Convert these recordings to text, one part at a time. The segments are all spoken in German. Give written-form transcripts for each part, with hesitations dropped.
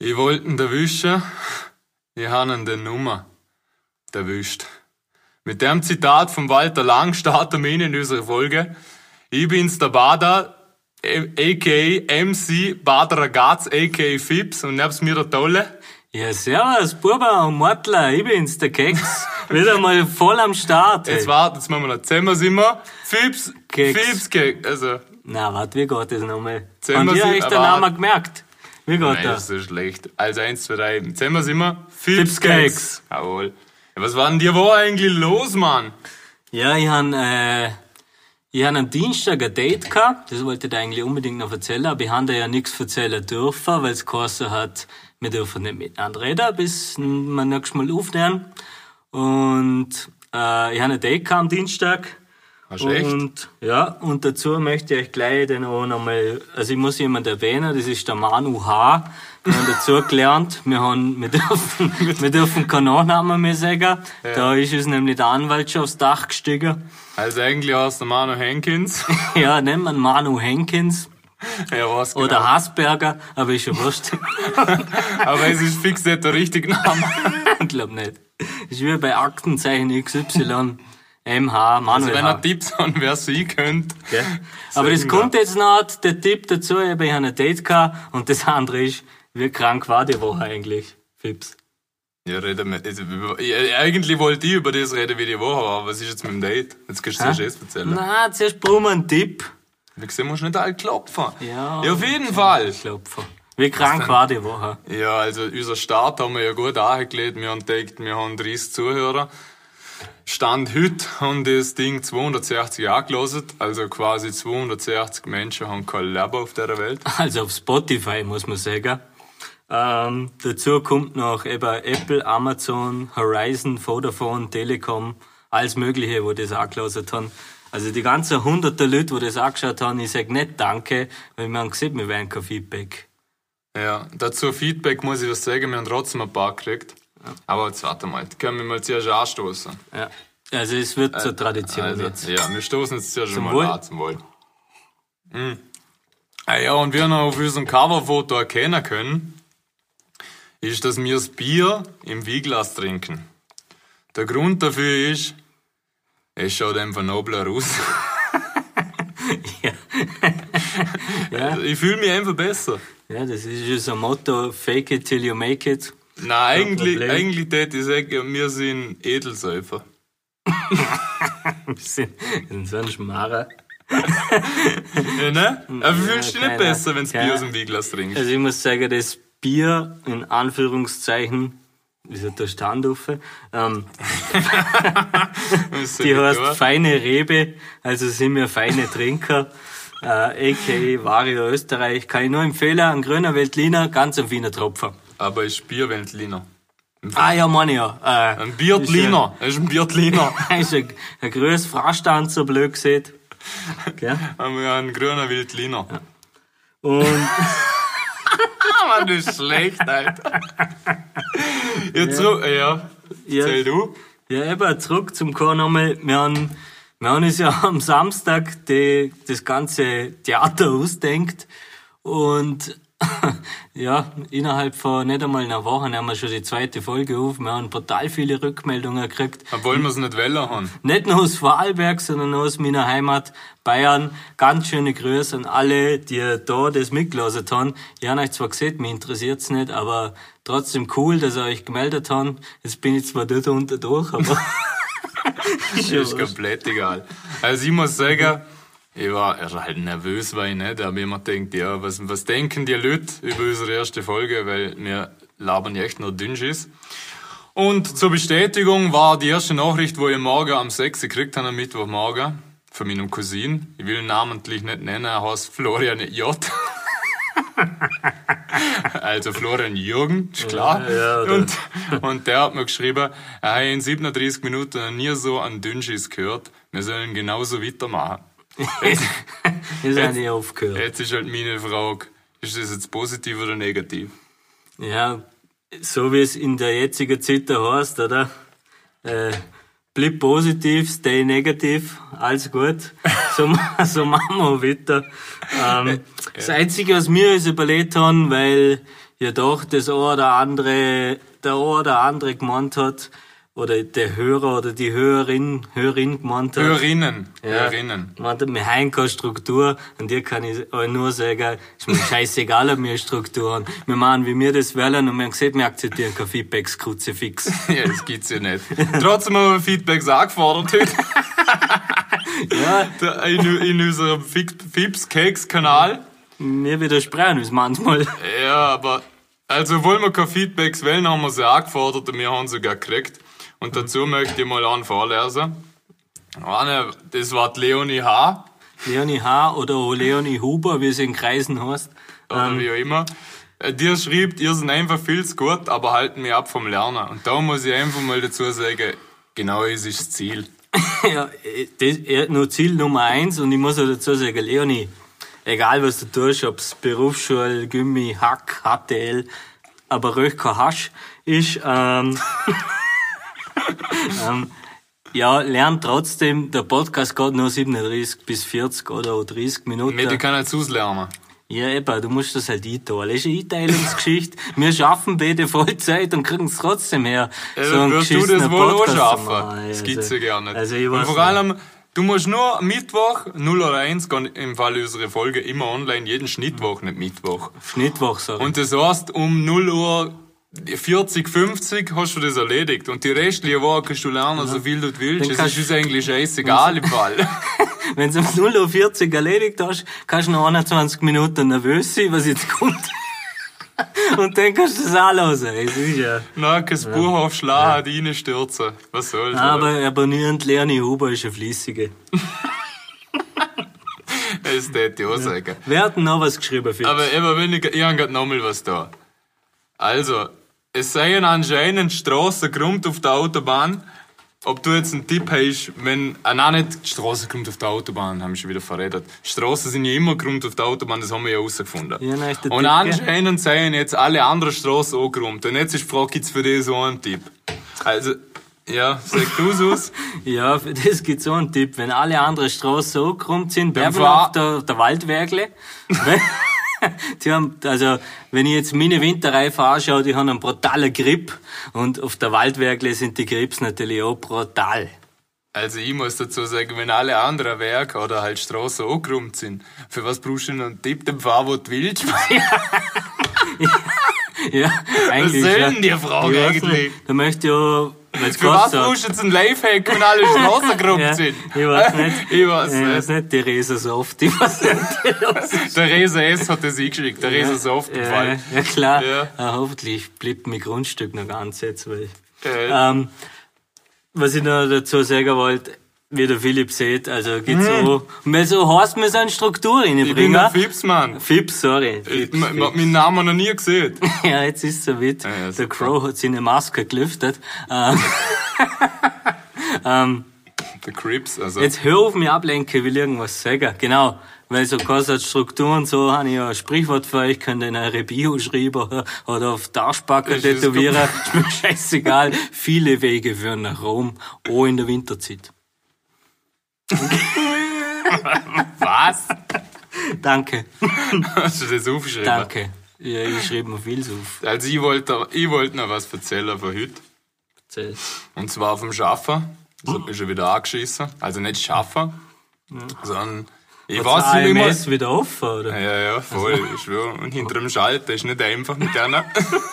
Ich wollte ihn erwischen, ich habe ihn den Nummer erwischt. Mit dem Zitat von Walter Lang starten wir in unserer Folge. Ich bin's, der Bader, a.k.a. MC Bader Ragaz, a.k.a. Fips, und nebst mir der Tolle. Ja, servus, Buber und Mortler, ich bin's, der Keks. Wieder mal voll am Start. Jetzt warte, jetzt machen wir noch. Zusammen sind wir Fips, Keks. Fips, Keks. Also, Na, warte, wie geht das nochmal? Zusammen Habt ihr sind- euch den aber- Namen gemerkt? Wie geht nein, das? das ist schlecht. Also 1, 2, 3. Zusammen sind wir Fips, Fips, Keks. Keks. Jawohl. Ja, was war denn dir wo eigentlich los, Mann? Ja, ich han am Dienstag ein Date gehabt. Das wollte ich dir eigentlich unbedingt noch erzählen, aber ich han dir ja nichts erzählen dürfen, weil es geheißen hat, wir dürfen nicht miteinander reden, bis wir nächstes Mal aufnehmen. Und ich han ein Date gehabt am Dienstag. Hast du echt? Und ja, und dazu möchte ich euch gleich den auch nochmal, also ich muss jemanden erwähnen, das ist der Manu H. Wir haben dazu gelernt, wir dürfen keinen Nachnamen mehr sagen. Ja. Da ist uns nämlich der Anwalt schon aufs Dach gestiegen. Also eigentlich heißt der Manu Henkins. Ja, nennen wir ihn Manu Henkins Ja, was genau. oder Hasberger, aber ist schon wurscht. Aber es ist fix nicht der richtige Name. Ich glaub nicht. Ist wie bei Aktenzeichen XY, MH, Manuel Also wenn H. ihr Tipps haben, wer sie könnt. Gell? Aber das Sagen kommt jetzt noch, der Tipp dazu, ich habe ein Date gehabt und das andere ist, wie krank war die Woche eigentlich, Fips? Ja, reden wir. Also, eigentlich wollte ich über das reden, wie die Woche war, aber was ist jetzt mit dem Date? Jetzt kannst du zuerst erzählen. Na, zuerst brauchen wir einen Tipp. Wie gesagt, musst du nicht all klopfen. Ja. Auf jeden Fall. Klopfer. Wie krank war die Woche? Ja, also unser Start haben wir ja gut angelegt. Wir haben gedacht, wir haben 30 Zuhörer. Stand heute haben das Ding 260 angelassen. Also quasi 260 Menschen haben kein Leben auf dieser Welt. Also auf Spotify, muss man sagen. Dazu kommt noch eben Apple, Amazon, Horizon, Vodafone, Telekom, alles Mögliche, wo das angelassen haben. Also die ganzen hunderte Leute, die das angeschaut haben, ich sage nicht Danke, weil wir haben gesehen, wir wollen kein Feedback. Ja, dazu Feedback muss ich was sagen, wir haben trotzdem ein paar gekriegt. Aber jetzt warte mal, die können wir mal zuerst anstoßen. Ja. Also es wird zur Tradition Also, jetzt. ja, wir stoßen jetzt zuerst Zum mal Wohl. an, zum Wohl. Ah ja, und wir noch auf unserem Coverfoto erkennen können, ist, dass wir das Bier im Weinglas trinken. Der Grund dafür ist, es schaut einfach nobler aus. Ja. Also, ich fühle mich einfach besser. Ja, das ist ja so ein Motto, fake it till you make it. Nein, Problem. eigentlich hätte ich sagen, wir sind Edelsäufer. Wir sind so ein Schmarrer. Ja, ne? Aber fühlst du dich nicht keiner. besser, wenn du Keiner. Bier aus dem Weinglas trinkst? Also ich muss sagen, das Bier, in Anführungszeichen, wie sagt der Standufe, die heißt feine Rebe, also sind wir feine Trinker, a.k.a. Vario Österreich, kann ich nur empfehlen, ein grüner Veltliner, ganz ein feiner Tropfen. Aber ist Bierweltliner. Ah ja, meine ich ja. Ein Biertliner. Das ist ein Biertliner. Ist ein grünes Fraßstand, so blöd gesehen. Gell? Haben wir einen grünen Wildliner. Und Mann, das ist schlecht, Alter. Jetzt so, ja. Ja. Erzähl du. ja, eben, zurück zum Chor nochmal. Wir haben uns ja am Samstag das ganze Theater ausdenkt und ja, innerhalb von nicht einmal einer Woche haben wir schon die zweite Folge auf. Wir haben brutal viele Rückmeldungen gekriegt. Obwohl wir es nicht wollen haben. Nicht nur aus Vorarlberg, sondern auch aus meiner Heimat Bayern. Ganz schöne Grüße an alle, die da das mitgelassen haben. Ich habe euch zwar gesehen, mich interessiert's nicht, aber trotzdem cool, dass ihr euch gemeldet habt. Jetzt bin ich zwar dort unter durch, aber Das ist komplett egal. Also ich muss sagen, ich war halt nervös, war ich nicht, aber ich mir gedacht, ja, was denken die Leute über unsere erste Folge, weil wir labern ja echt nur Dünnschiss. Und zur Bestätigung war die erste Nachricht, wo ich morgen am 6. gekriegt habe, am Mittwochmorgen, von meinem Cousin. Ich will ihn namentlich nicht nennen, er heißt Florian J. Also Florian Jürgen, ist klar. Ja, und der hat mir geschrieben, er hat in 37 Minuten noch nie so einen Dünnschiss gehört. Wir sollen genauso weitermachen. ist eigentlich aufgehört. Jetzt ist halt meine Frage, ist das jetzt positiv oder negativ? Ja, so wie es in der jetzigen Zeit da heißt, oder? Bleib positiv, stay negativ, alles gut. So machen wir weiter. Das Einzige, was wir uns überlegt haben, weil ja doch der ein oder andere gemeint hat, oder der Hörer oder die Hörerin gemeint hat. Hörerinnen. Gemeint hat, wir haben keine Struktur. Und dir kann ich euch nur sagen, ist mir scheißegal, ob wir Struktur haben. Wir machen, wie wir das wollen, und wir haben gesagt, wir akzeptieren keine Feedbacks, Kruzifix. Ja, das gibt's ja nicht. Trotzdem haben wir Feedbacks angefordert heute. Ja. In unserem Fips-Cakes-Kanal. Wir widersprechen uns manchmal. Ja, aber, also, wollen wir keine Feedbacks wählen, haben wir sie angefordert und wir haben sie sogar gekriegt. Und dazu möchte ich mal einen vorlesen. Das war die Leonie H. Leonie H. oder auch Leonie Huber, wie sie in Kreisen heißt. Oder wie auch immer. Die schreibt, ihr seid einfach viel zu gut, aber halten mich ab vom Lernen. Und da muss ich einfach mal dazu sagen, genau das ist das Ziel. Ja, das nur Ziel Nummer 1, und ich muss auch dazu sagen, Leonie, egal was du tust, ob's Berufsschule, Gymmi, Hack, HTL, aber ruhig kein Hasch ist, ja, lern trotzdem, der Podcast geht nur 37 bis 40 oder auch 30 Minuten. Ich kann nicht auslernen. Ja, eben, du musst das halt einteilen. Das ist eine Einteilungsgeschichte. Wir schaffen beide Vollzeit und kriegen es trotzdem her. So ein wirst du das wohl auch schaffen? Das gibt's ja gar nicht. Also ich und vor allem, du musst nur Mittwoch, 0 oder 1, gehen im Fall unserer Folge immer online, jeden Schnittwoch, nicht Mittwoch. Schnittwoch, sorry. Und das heißt, um 0 Uhr 40, 50 hast du das erledigt. Und die restliche Woche kannst du lernen, so viel du willst. Es ist uns eigentlich scheißegal im Fall. Wenn du um 0:40 Uhr erledigt hast, kannst du noch 21 Minuten nervös sein, was jetzt kommt. Und dann kannst du das anhören. Es ist ja. Nein, kein Buch aufschlagen, reinstürzen. Was soll's? Aber abonnieren Leonie Huber ist eine Flüssige. Das hätte ich auch sagen. Wer hat denn noch was geschrieben, Fitz? Aber eben, ich habe gerade noch mal was da. Also, es seien anscheinend Strassen geräumt auf der Autobahn. Ob du jetzt einen Tipp hast, wenn... nein, nicht die Strassen geräumt auf der Autobahn, haben wir schon wieder verredet. Strassen sind ja immer geräumt auf der Autobahn, das haben wir ja herausgefunden. Ja, nein, und Tipp, anscheinend seien jetzt alle anderen Strassen auch geräumt. Und jetzt ist die Frage, gibt's für dich so einen Tipp? Also, ja, sag du's aus. Ja, für das gibt's so einen Tipp. Wenn alle anderen Strassen auch geräumt sind, bleiben wir auf der Waldwägle. Die haben, also, wenn ich jetzt meine Winterreifen anschaue, die haben einen brutalen Grip. Und auf der Waldwägle sind die Grips natürlich auch brutal. Also, ich muss dazu sagen, wenn alle anderen Werke oder halt Strassen angeräumt sind, für was brauchst du denn einen Tipp, dem Fahr, wo du willst? Ja, eigentlich. Was soll denn die Frage eigentlich? Da möchte ich auch, für was brauchst du jetzt einen Lifehack, wenn alle Straßen geräumt sind? Ich weiß nicht. Ich weiß nicht, die Resa Soft. Ich weiß nicht, der Resa S hat das eingeschickt, der Resa Soft im Fall. Ja, klar. Ja. Hoffentlich bleibt mein Grundstück noch ganz jetzt, weil, was ich noch dazu sagen wollte, wie der Philipp sieht, also geht's so, weil so heißt mir so eine Struktur reinbringen. Ich bin der Fips, Mann. Fips, sorry. Meinen Namen noch nie gesehen. Ja, jetzt ist es so weit. Ja, der Crow hat seine Maske gelüftet. Der Crips, also. Jetzt hör auf mich ablenken, ich will irgendwas sagen. Genau. Weil so quasi Struktur und so, habe ich ja ein Sprichwort für euch, könnt ihr in eure Bio schreiben oder auf die Arschbacke tätowieren. Ist mir scheißegal. Viele Wege führen nach Rom, auch in der Winterzeit. Was? Danke. Hast du das aufgeschrieben? Danke. Ja, ich schreibe mir viel auf. Also ich wollte noch was erzählen von heute. Erzähl. Und zwar vom Schaffen. Das hat mich schon wieder angeschissen. Also nicht Schaffen, sondern... Ich weiß nicht mehr. AMS wieder offen, oder? Ja, voll, ich schwöre. Und hinter dem Schalter ist nicht einfach mit einer.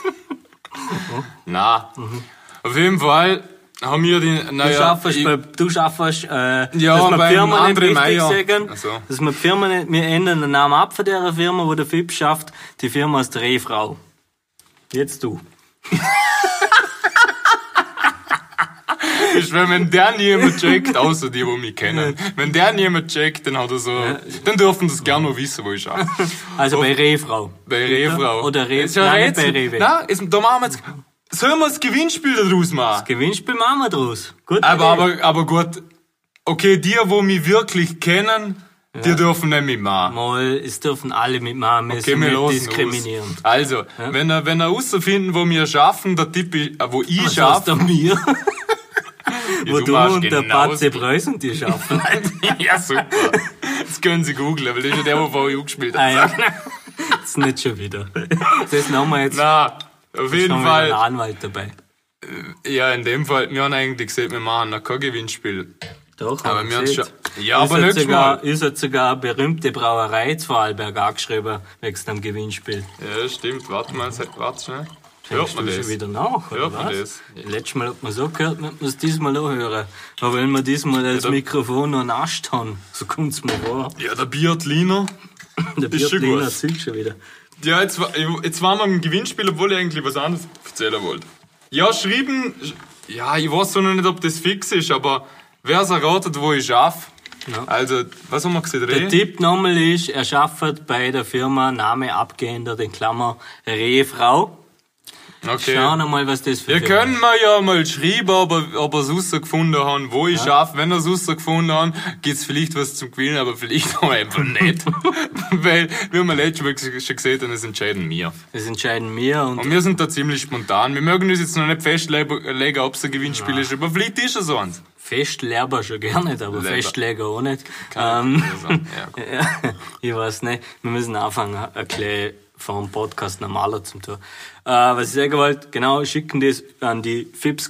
Nein. Auf jeden Fall haben wir die, du schaffst, ja, dass wir die Firma nicht richtig Meier sagen. Also. Dass wir die Firma nicht, wir ändern den Namen ab von der Firma, wo der Fips schafft. Die Firma ist Drehfrau. Jetzt du. Ist, wenn der niemand checkt, außer die mich kennen, wenn der niemand checkt, dann hat er so, dann dürfen das gerne noch wissen, wo ich schaue. Also bei Rehfrau. Bei Rehfrau. Oder Nein, bei Rewe. Nein, da machen wir jetzt, sollen wir das Gewinnspiel daraus machen? Das Gewinnspiel machen wir draus. Gut. Aber gut, okay, die mich wirklich kennen, die dürfen nicht mitmachen. Mal, es dürfen alle mitmachen, wir sind nicht diskriminierend. Also, wenn ihr herausfinden, wo wir schaffen, der Tipp ist, wo ich schaffe. mir. Wo du und der Patze Preuß und die schaffen. Ja, super. Das können Sie googeln, aber das ist ja der vorher gespielt hat. Ah, ja. Das ist nicht schon wieder. Das haben wir jetzt. Na, auf jeden Schon Fall. wieder einen Anwalt dabei. Ja, in dem Fall, wir haben eigentlich gesagt, wir machen noch kein Gewinnspiel. Doch, Aber haben wir haben gesehen. schon. Ja, aber nächstes Mal. Ist hat sogar eine berühmte Brauerei zu Vorarlberg angeschrieben, wegen dem Gewinnspiel. Ja, stimmt. Warte schnell. Hört man du das? schon wieder nach, oder Hört man was? das? Letztes Mal hat man so gehört, man muss diesmal auch hören. Aber wenn wir diesmal das Mikrofon noch nascht haben, so kommt's mir vor. Ja, der Biertliner. Der Ist schon Biertliner gut. zieht schon wieder. Ja, jetzt waren wir im Gewinnspiel, obwohl ich eigentlich was anderes erzählen wollte. Ja, schreiben. Ja, ich weiß noch nicht, ob das fix ist, aber wer es erratet, wo ich arbeite. Ja. Also, was haben wir gesehen? Der Tipp nochmal ist, er arbeitet bei der Firma, Name abgeändert in Klammer, Rehfrau. Okay. Schauen wir mal, was das für Ihr Firma könnt mir ja mal schreiben, ob ihr es rausgefunden habt, wo ich arbeite. Wenn ihr es rausgefunden habt, gibt's vielleicht was zum Gewinnen, aber vielleicht auch einfach nicht. Weil, wie wir letztes Mal schon gesehen haben, das entscheiden wir. Das entscheiden wir und Und wir sind da ziemlich spontan. Wir mögen uns jetzt noch nicht festlegen, ob es ein Gewinnspiel ist, aber vielleicht ist es so eins. Festleber schon gar nicht, aber Leber. Festleger auch nicht. Kann ich sagen. Ja, gut. Ja, ich weiß nicht. Wir müssen anfangen, ein bisschen vom Podcast normaler zu tun. Was ich sagen wollte, genau, schicken das an die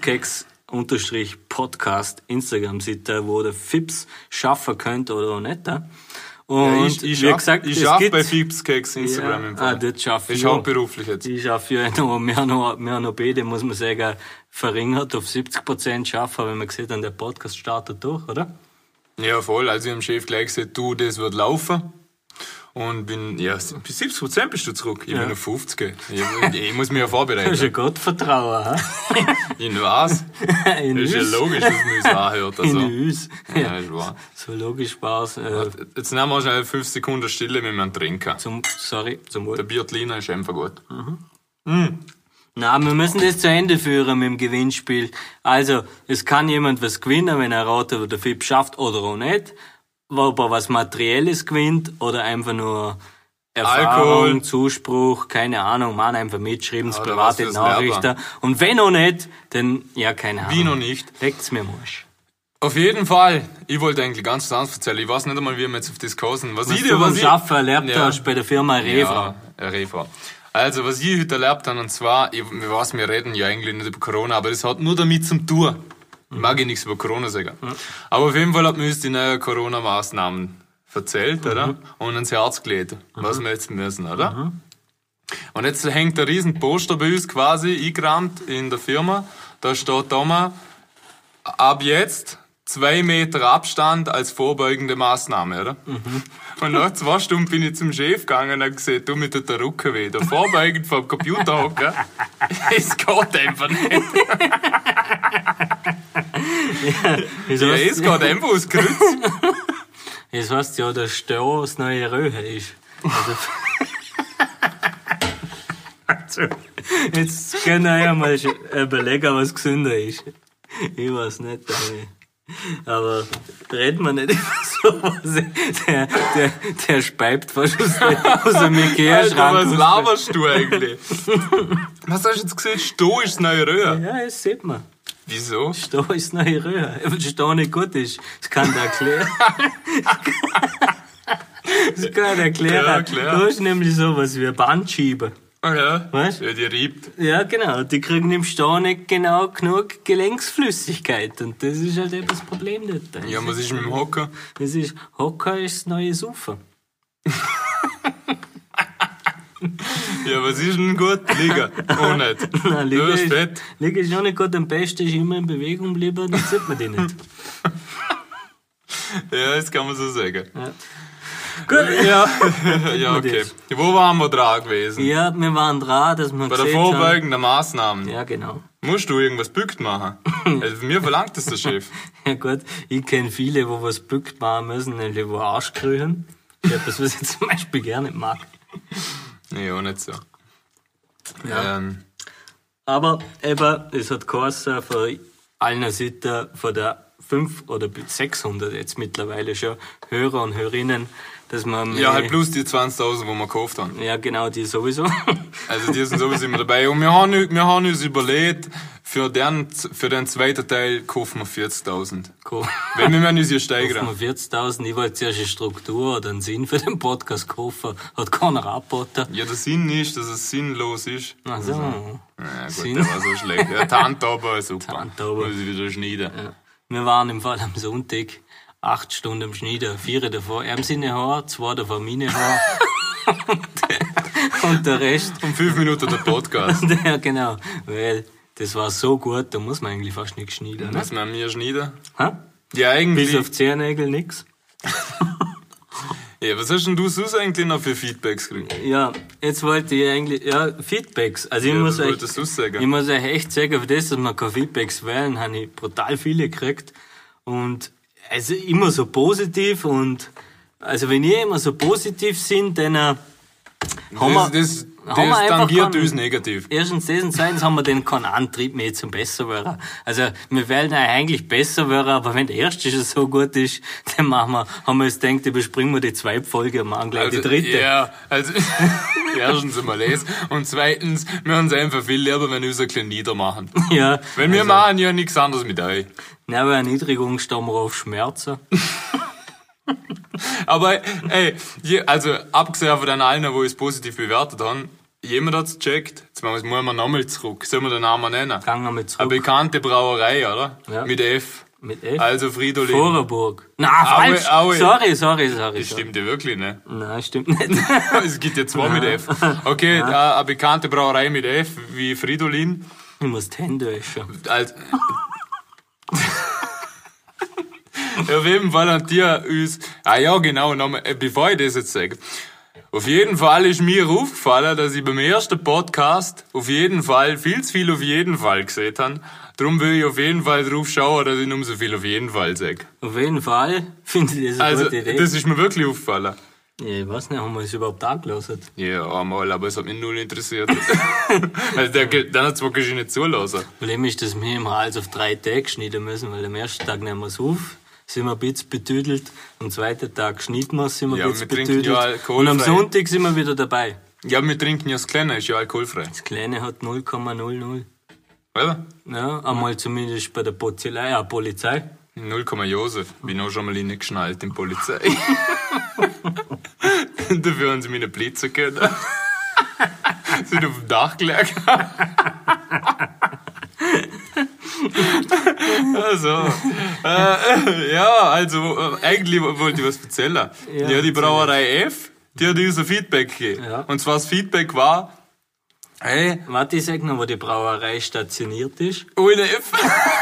Fipskeks_Podcast Instagram-Seite, wo der Fips schaffen könnt oder auch nicht. Und ich wie gesagt, ich es arbeite gibt- bei Fipskeks Instagram im Fall. das schaffe Ich ich auch. hauptberuflich jetzt. Ich schaffe ja noch, wir haben noch beide, muss man sagen, verringert auf 70% schaffen, wenn man sieht, dann der Podcast startet durch, oder? Ja, voll. Also ich habe dem Chef gleich gesagt, du, das wird laufen. Und bin, ja, bis 70% bist du zurück. Ich bin auf 50. Ich muss mich ja Das ist vorbereiten. ein Gottvertrauen, hä? Ich weiß. In Das ist ja uns. logisch, dass man es anhört. Also. In uns. Ja, ist wahr. So logisch war's. Jetzt nehmen wir schnell 5 Sekunden Stille mit einem Trinken. Zum Wohl. Der Biertliner ist einfach gut. Na, wir müssen das zu Ende führen mit dem Gewinnspiel. Also, es kann jemand was gewinnen, wenn er ratet, wo der Fipp schafft oder auch nicht. Ob er was Materielles gewinnt oder einfach nur Erfahrung, Alkohol. Zuspruch, keine Ahnung, man einfach mitschreiben, Oder private was fürs Nachrichten. Und wenn auch nicht, dann, ja, keine Ahnung. Wie noch nicht. Leckt's mir Marsch. Auf jeden Fall. Ich wollte eigentlich ganz anders erzählen. Ich weiß nicht einmal, wie wir jetzt auf das kommen. Was Du beim Schaffen erlebt Ja. hast bei der Firma Rehfrau. Ja, eine Rehfrau. Also, was ich heute erlebt habe, und zwar, ich weiß, wir reden ja eigentlich nicht über Corona, aber das hat nur damit zum tun. Ich mag ja nichts über Corona sagen. Aber auf jeden Fall hat mir uns die neuen Corona-Maßnahmen erzählt, oder? Und ans Herz gelegt, was wir jetzt müssen, oder? Und jetzt hängt ein riesen Poster bei uns quasi eingerammt in der Firma. Da steht da mal, ab jetzt 2 Meter Abstand als vorbeugende Maßnahme, oder? Und nach 2 Stunden bin ich zum Chef gegangen und habe gesagt, du, mir tut der Rücken weh. Da vorbeugend vom Computer hocken, es geht einfach nicht. Wieso Ja, hast- es geht einfach aus Kreuz. Das heißt ja, dass Stau das neue Röhe ist. Also, jetzt können wir ja mal überlegen, was gesünder ist. Ich weiß nicht, aber reden wir nicht über sowas. Der speibt fast aus dem Alter, Ikea-Schrank. was laberst du eigentlich? Was hast du jetzt gesagt? Sto ist das neue Röhr. Ja, das sieht man. Wieso? Stau ist das neue Röhe. Wenn Stau nicht gut ist, das kann der erklären. Das kann er erklären. Ja, klar. Du hast nämlich sowas wie Bandschieber. Ah ja. Was? Ja, die riebt. Ja, genau. Die kriegen im Stau nicht genau genug Gelenksflüssigkeit. Und das ist halt eben das Problem dort. Ja, was ist mit dem Hocker? Das ist, Hocker ist das neue Saufen. Ja, was ist denn gut? Liga. Auch nicht. Nein, Du wirst fett. Liga ist auch nicht gut. Am besten ist immer in Bewegung bleiben, dann sieht man die nicht. Ja, das kann man so sagen. Gut. Ja, ja, wir okay. das. Wo waren wir dran gewesen? Ja, wir waren dran, dass wir Bei der gesehen haben. vorbeugenden Maßnahmen. Ja, genau. Musst du irgendwas bückt machen? Also, von mir verlangt das der Chef. Ja gut, ich kenne viele, die was bückt machen müssen, nämlich die Arsch krüchen. Etwas, was ich zum Beispiel gerne nicht mag. Nee, auch nicht so. Ja. Aber eben, es hat geheißen, von allen Seiten, von der 500 oder 600 jetzt mittlerweile schon Hörer und Hörerinnen, dass man Ja, halt plus die 20.000, die wir gekauft haben. Ja, genau, die sowieso. Also die sind sowieso immer dabei. Und wir haben uns überlegt, für den zweiten Teil kaufen wir 40.000. Cool. Wenn wir uns hier steigern. Kaufen wir 40.000. Ich wollte zuerst eine Struktur oder einen Sinn für den Podcast kaufen. Hat keiner angeboten. Ja, der Sinn ist, dass es sinnlos ist. Ach so. Ja, gut, Sinn. der war so schlecht. Ja, Tantauber, super. Tantauber. Muss ich wieder schneiden. Ja. Wir waren im Fall am Sonntag 8 Stunden am Schneiden. 4 davon ihm seine Haare, 2 davon meine Haare. Und der Rest. Um 5 Minuten der Podcast. Ja, genau. Weil das war so gut, da muss man eigentlich fast nichts schneiden. Ne? Was wir mir schneiden? Ha? Ja, eigentlich. Bis auf Zehennägel nix. Ja, was hast denn du sonst eigentlich noch für Feedbacks gekriegt? Ja, jetzt wollte ich eigentlich, Feedbacks. Also ich Ja, muss was euch, wolltest du sagen? ich muss euch echt sagen, für das, dass wir keine Feedbacks wählen, habe ich brutal viele gekriegt. Und, also immer so positiv und, also wenn ihr immer so positiv sind, dann, haben wir tangiert keinen- uns negativ. Erstens das und zweitens haben wir dann keinen Antrieb mehr zum besser werden. Also, wir wollen eigentlich besser werden, aber wenn der erste schon so gut ist, dann haben wir uns gedacht, überspringen wir die 2 Folge und machen gleich die 3. Ja, also, erstens einmal das. Und zweitens, wir haben es einfach viel lieber, wenn wir uns ein bisschen niedermachen. Ja. Weil wir machen ja nichts anderes mit euch. Ja, bei Erniedrigung stehen wir auf Schmerzen. Aber, ey, also, abgesehen von den allen, die es positiv bewertet haben, jemand hat's gecheckt. Jetzt müssen wir nochmal zurück. Sollen wir den Namen nennen? Gehen wir mal Eine zurück. bekannte Brauerei, oder? Ja. Mit F. Mit F. Also Fridolin. Vorarlburg. Na, falsch. Aue. Sorry. Das stimmt ja wirklich, ne? Nein, stimmt nicht. Es gibt ja 2 mit F. Okay, eine bekannte Brauerei mit F, wie Fridolin. Ich muss die Hände waschen. Als auf jeden Fall hat dir uns, ja genau, nochmal, bevor ich das jetzt sage. Auf jeden Fall ist mir aufgefallen, dass ich beim ersten Podcast auf jeden Fall viel zu viel auf jeden Fall gesehen habe. Darum will ich auf jeden Fall drauf schauen, dass ich nur so viel auf jeden Fall sage. Auf jeden Fall finde ich das eine Also, gute Idee. das ist mir wirklich aufgefallen. Ja, ich weiß nicht, haben wir es überhaupt angelassen? Ja, einmal, aber es hat mich null interessiert. Also, dann hat es wirklich nicht zulassen. Problem ist, dass wir immer alles auf 3 Tage schneiden müssen, weil am ersten Tag nehmen wir es auf, sind wir ein bisschen betüdelt, am zweiten Tag schneiden wir es, sind wir Ja, ein bisschen wir trinken betüdelt ja und am alkoholfrei. Sonntag sind wir wieder dabei. Ja, wir trinken ja das Kleine, ist ja alkoholfrei. Das Kleine hat 0,00. Oder? Ja, einmal zumindest bei der Polizei. 0, Josef. Bin auch schon mal reingeschnallt in die Polizei. Dafür haben sie mich nicht blitzen können. Sind auf dem Dach gelegen. Also, eigentlich wollte ich was erzählen. Ja, die Brauerei F, die hat uns ein Feedback gegeben. Ja. Und zwar das Feedback war, hey, Warte, ich sag noch, wo die Brauerei stationiert ist. ohne F.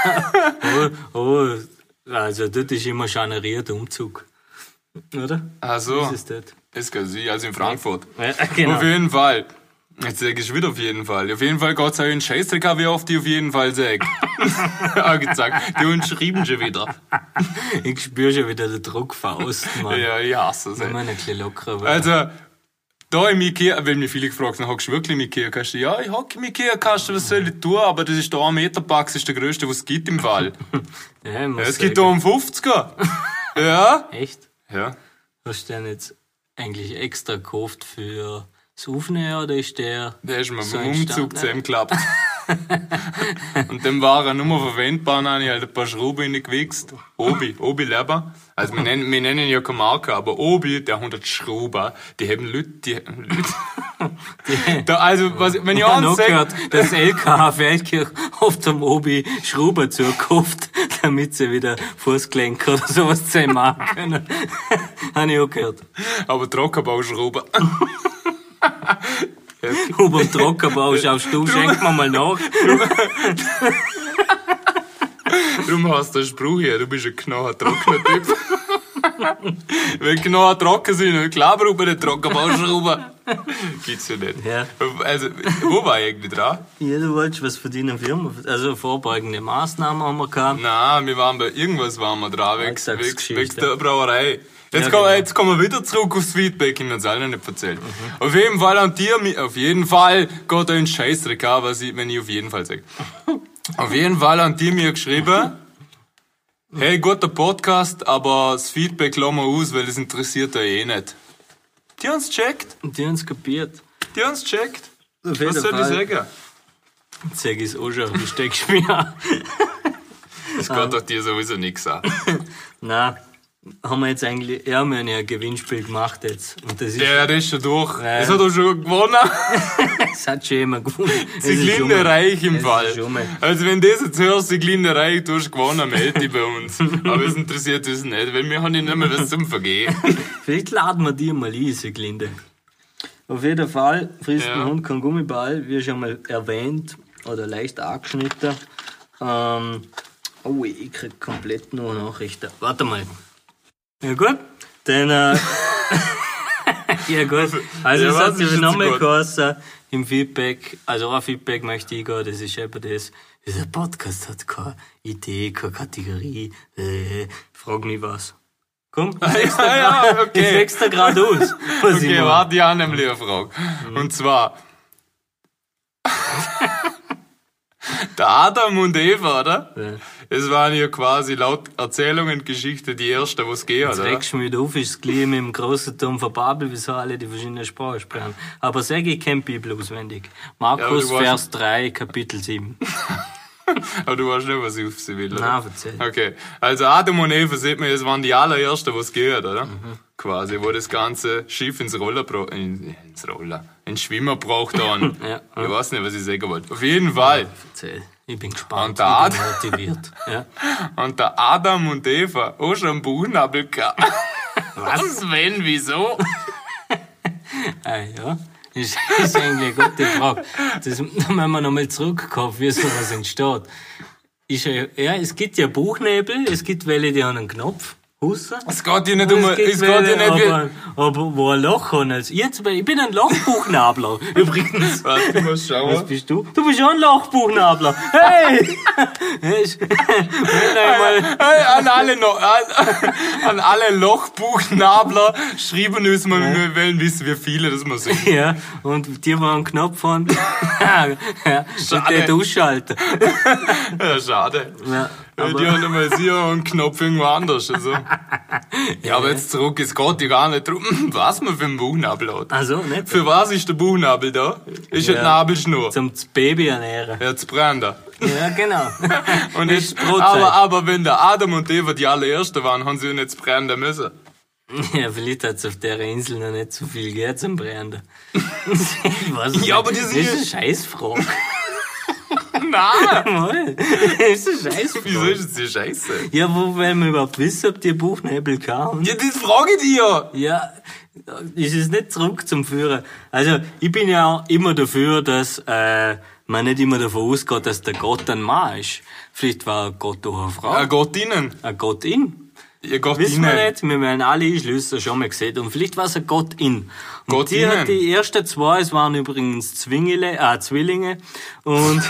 Also dort ist immer schaneriert, Umzug. Oder? Ach so, Was ist das? das kann sie, also in Frankfurt. Ja, genau. Auf jeden Fall. Jetzt sag ich wieder auf jeden Fall. Auf jeden Fall geht's auch in Scheißdreck, wie oft ich auf jeden Fall sag. Auch gesagt. Die uns schrieben schon wieder. Ich spüre schon wieder den Druck von außen, Mann. Ja, ich hasse es. Wenn man ein bisschen lockerer wird. Also, da im Ikea, weil mich viele gefragt haben, hast du wirklich im Ikea-Kasten? Ja, ich hab im Ikea-Kasten, was soll ich tun? Aber das ist der 1 Meter Pack, das ist der grösste, was es gibt im Fall. Ja, ich muss Es gibt sagen. da um 50er. Ja? Echt? Ja. Hast du den jetzt eigentlich extra gekauft für das Aufnehmen oder ist der Der ist mir so beim Umzug entstanden? zusammengeklappt. Und dann war er nur verwendbar, dann habe ich halt ein paar Schrauben reingewichst. Obi Leber. Also wir nennen ja keine Marke, aber Obi, der 100 Schrauben, die haben Leute, da, also, wenn ich Ich habe noch eins sage, gehört, dass LKH Feldkirch oft zum Obi Schrauben zukauft, damit sie wieder Fußgelenke oder sowas zusammen machen können. Habe ich auch gehört. aber Trockenbauschrauben. Über den Trockenbau schaust du, schenk mir mal nach. Darum hast du den Spruch hier, du bist ein knallhart trockener Typ. Wenn knallhart trocken sind, klar braucht man nicht Trockenbauschrauben. Gibt's ja nicht. Ja. Also, wo war ich eigentlich dran? Ja, du wolltest was für deine Firma, also vorbeugende Maßnahmen haben wir gehabt. Nein, wir waren bei irgendwas waren wir dran, wegen Alltagsgeschichte. der Brauerei. Jetzt, Ja, genau. jetzt kommen wir wieder zurück aufs Feedback, ich hab's allen nicht erzählt. Auf jeden Fall an dir, auf jeden Fall geht ein Scheißdreck an, wenn ich auf jeden Fall sage. Auf jeden Fall an dir mir geschrieben, hey, guter Podcast, aber das Feedback lassen wir aus, weil das interessiert euch eh nicht. Die haben's checkt, Und die haben es kapiert. die haben's checkt. Auf Was jeden soll ich Fall. sagen? Jetzt sag ich's auch schon, du steckst mich an. Das geht doch dir sowieso nichts an. Nein, haben wir jetzt eigentlich, ja, wir haben ja ein Gewinnspiel gemacht jetzt. Und das ist, Ja, das ist schon durch. Das hat er schon gewonnen. es hat schon immer gewonnen. Siglinde Reich im Fall. ist schon mal. Also wenn du das jetzt hörst, Siglinde Reich, du hast gewonnen, melde dich bei uns. Aber es interessiert uns nicht, weil wir haben nicht mehr was zum Vergehen. Vielleicht laden wir die mal ein, Siglinde. Auf jeden Fall frisst ein Hund keinen Gummiball, wie schon mal erwähnt, oder leicht angeschnitten. Oh, ich krieg komplett nur Nachrichten. Warte mal. Ja gut, dann ja gut. Also Ja, es was hat ist sich jetzt nochmal gut? geheißen, im Feedback, also ein Feedback möchte ich gehen, das ist eben das, dieser Podcast hat keine Idee, keine Kategorie, frag mich was. Komm, ich sag's dir Ja, grad- okay. ich sag's dir gerade aus. Was ich Okay, meine. warte, ich habe nämlich eine Frage. Und zwar... Der Adam und Eva, oder? Ja. Es waren ja quasi laut Erzählungen Geschichte die erste, was geht, Jetzt oder? regst du mich auf, ist es gleich mit dem grossen Turm von Babel, wieso alle die verschiedenen Sprachen sprechen. Aber sag ich, kenn die Bibel auswendig. Markus, Ja, aber du Vers 3, Kapitel 7. Aber du weißt nicht, was ich auf sie will, oder? Nein, erzähl. Okay, also Adam und Eva, sieht man, es waren die allerersten, was gehört, oder? Quasi, wo das ganze Schiff ins Schwimmer braucht dann. Ja. Ich weiß nicht, was ich sagen wollte. Auf jeden Fall. Erzähl. Ich bin gespannt, Und der ich bin motiviert. Ja. Und der Adam und Eva auch schon einen Bauchnabel gehabt. Was, wenn, wieso? Ja. Ist eigentlich eine gute Frage. Das müssen wir nochmal zurückkommen, wie sowas entsteht. Ja, es gibt ja Buchnebel, es gibt welche, die haben einen Knopf. Husse. Es geht ja nicht um, es geht ja nicht wie... aber wo ein Loch haben. Also ich bin ein Lochbuchnabler, übrigens. Warte, ich muss Was schauen. bist du? Du bist auch ein Lochbuchnabler. Hey! Hey, an alle Lochbuchnabler schreiben uns mal, wir wollen wissen, wie viele das wir sind. Ja, und die, die einen Knopf haben, ja, Schade. den ausschalten. Ja, schade. Ja, Die haben einmal sicher einen Knopf irgendwo anders. Also. Ja, aber jetzt zurück, es geht ja gar nicht darum, was man für einen Bauchnabel hat. also, nicht? Für was ist der Bauchnabel da? Ist Ja. eine Nabelschnur. Zum Baby ernähren. Ja, zu brennen. Ja, genau. Und Ist jetzt, Brotzeit. aber wenn der Adam und Eva die allerersten waren, haben sie ja nicht zu brennen müssen. Ja, vielleicht hat es auf der Insel noch nicht so viel gegeben zum Brennen. Ich weiß es Ja, nicht. aber die Das sind ist ja- eine Scheißfrage. Nein! Mal. Das ist eine Scheißfrage. Wieso ist jetzt die Scheiße? Ja, wo wollen wir überhaupt wissen, ob die Buchnebel kann? Ja, das frage ich dir! Ja, ist es nicht zurück zum Führen. Also, ich bin ja auch immer dafür, dass man nicht immer davon ausgeht, dass der Gott ein Mann ist. Vielleicht war Gott auch eine Frau. Gott innen. Ein Gott in. Ja, Gott Wissen wir innen. nicht, wir werden alle Einschlüsse schon mal gesehen. Und vielleicht war es ein Gott in. Und Gott die hat innen. die ersten zwei, es waren übrigens Zwillinge. Und,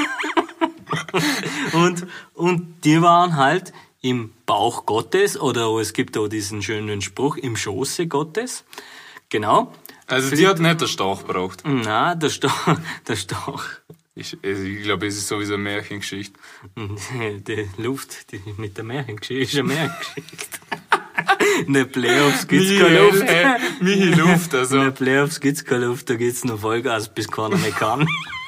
und die waren halt im Bauch Gottes, oder es gibt auch diesen schönen Spruch, im Schoße Gottes. Genau. Also, die hat nicht den Stach gebraucht. Na, der Storch. Ich glaube, es ist sowieso eine Märchengeschichte. Die Luft, die mit der Märchengeschichte, ist eine Märchengeschichte. In den Playoffs gibt's keine Luft. Michi Luft, In also. den Playoffs gibt's keine Luft, da geht's nur Vollgas, bis keiner mehr kann.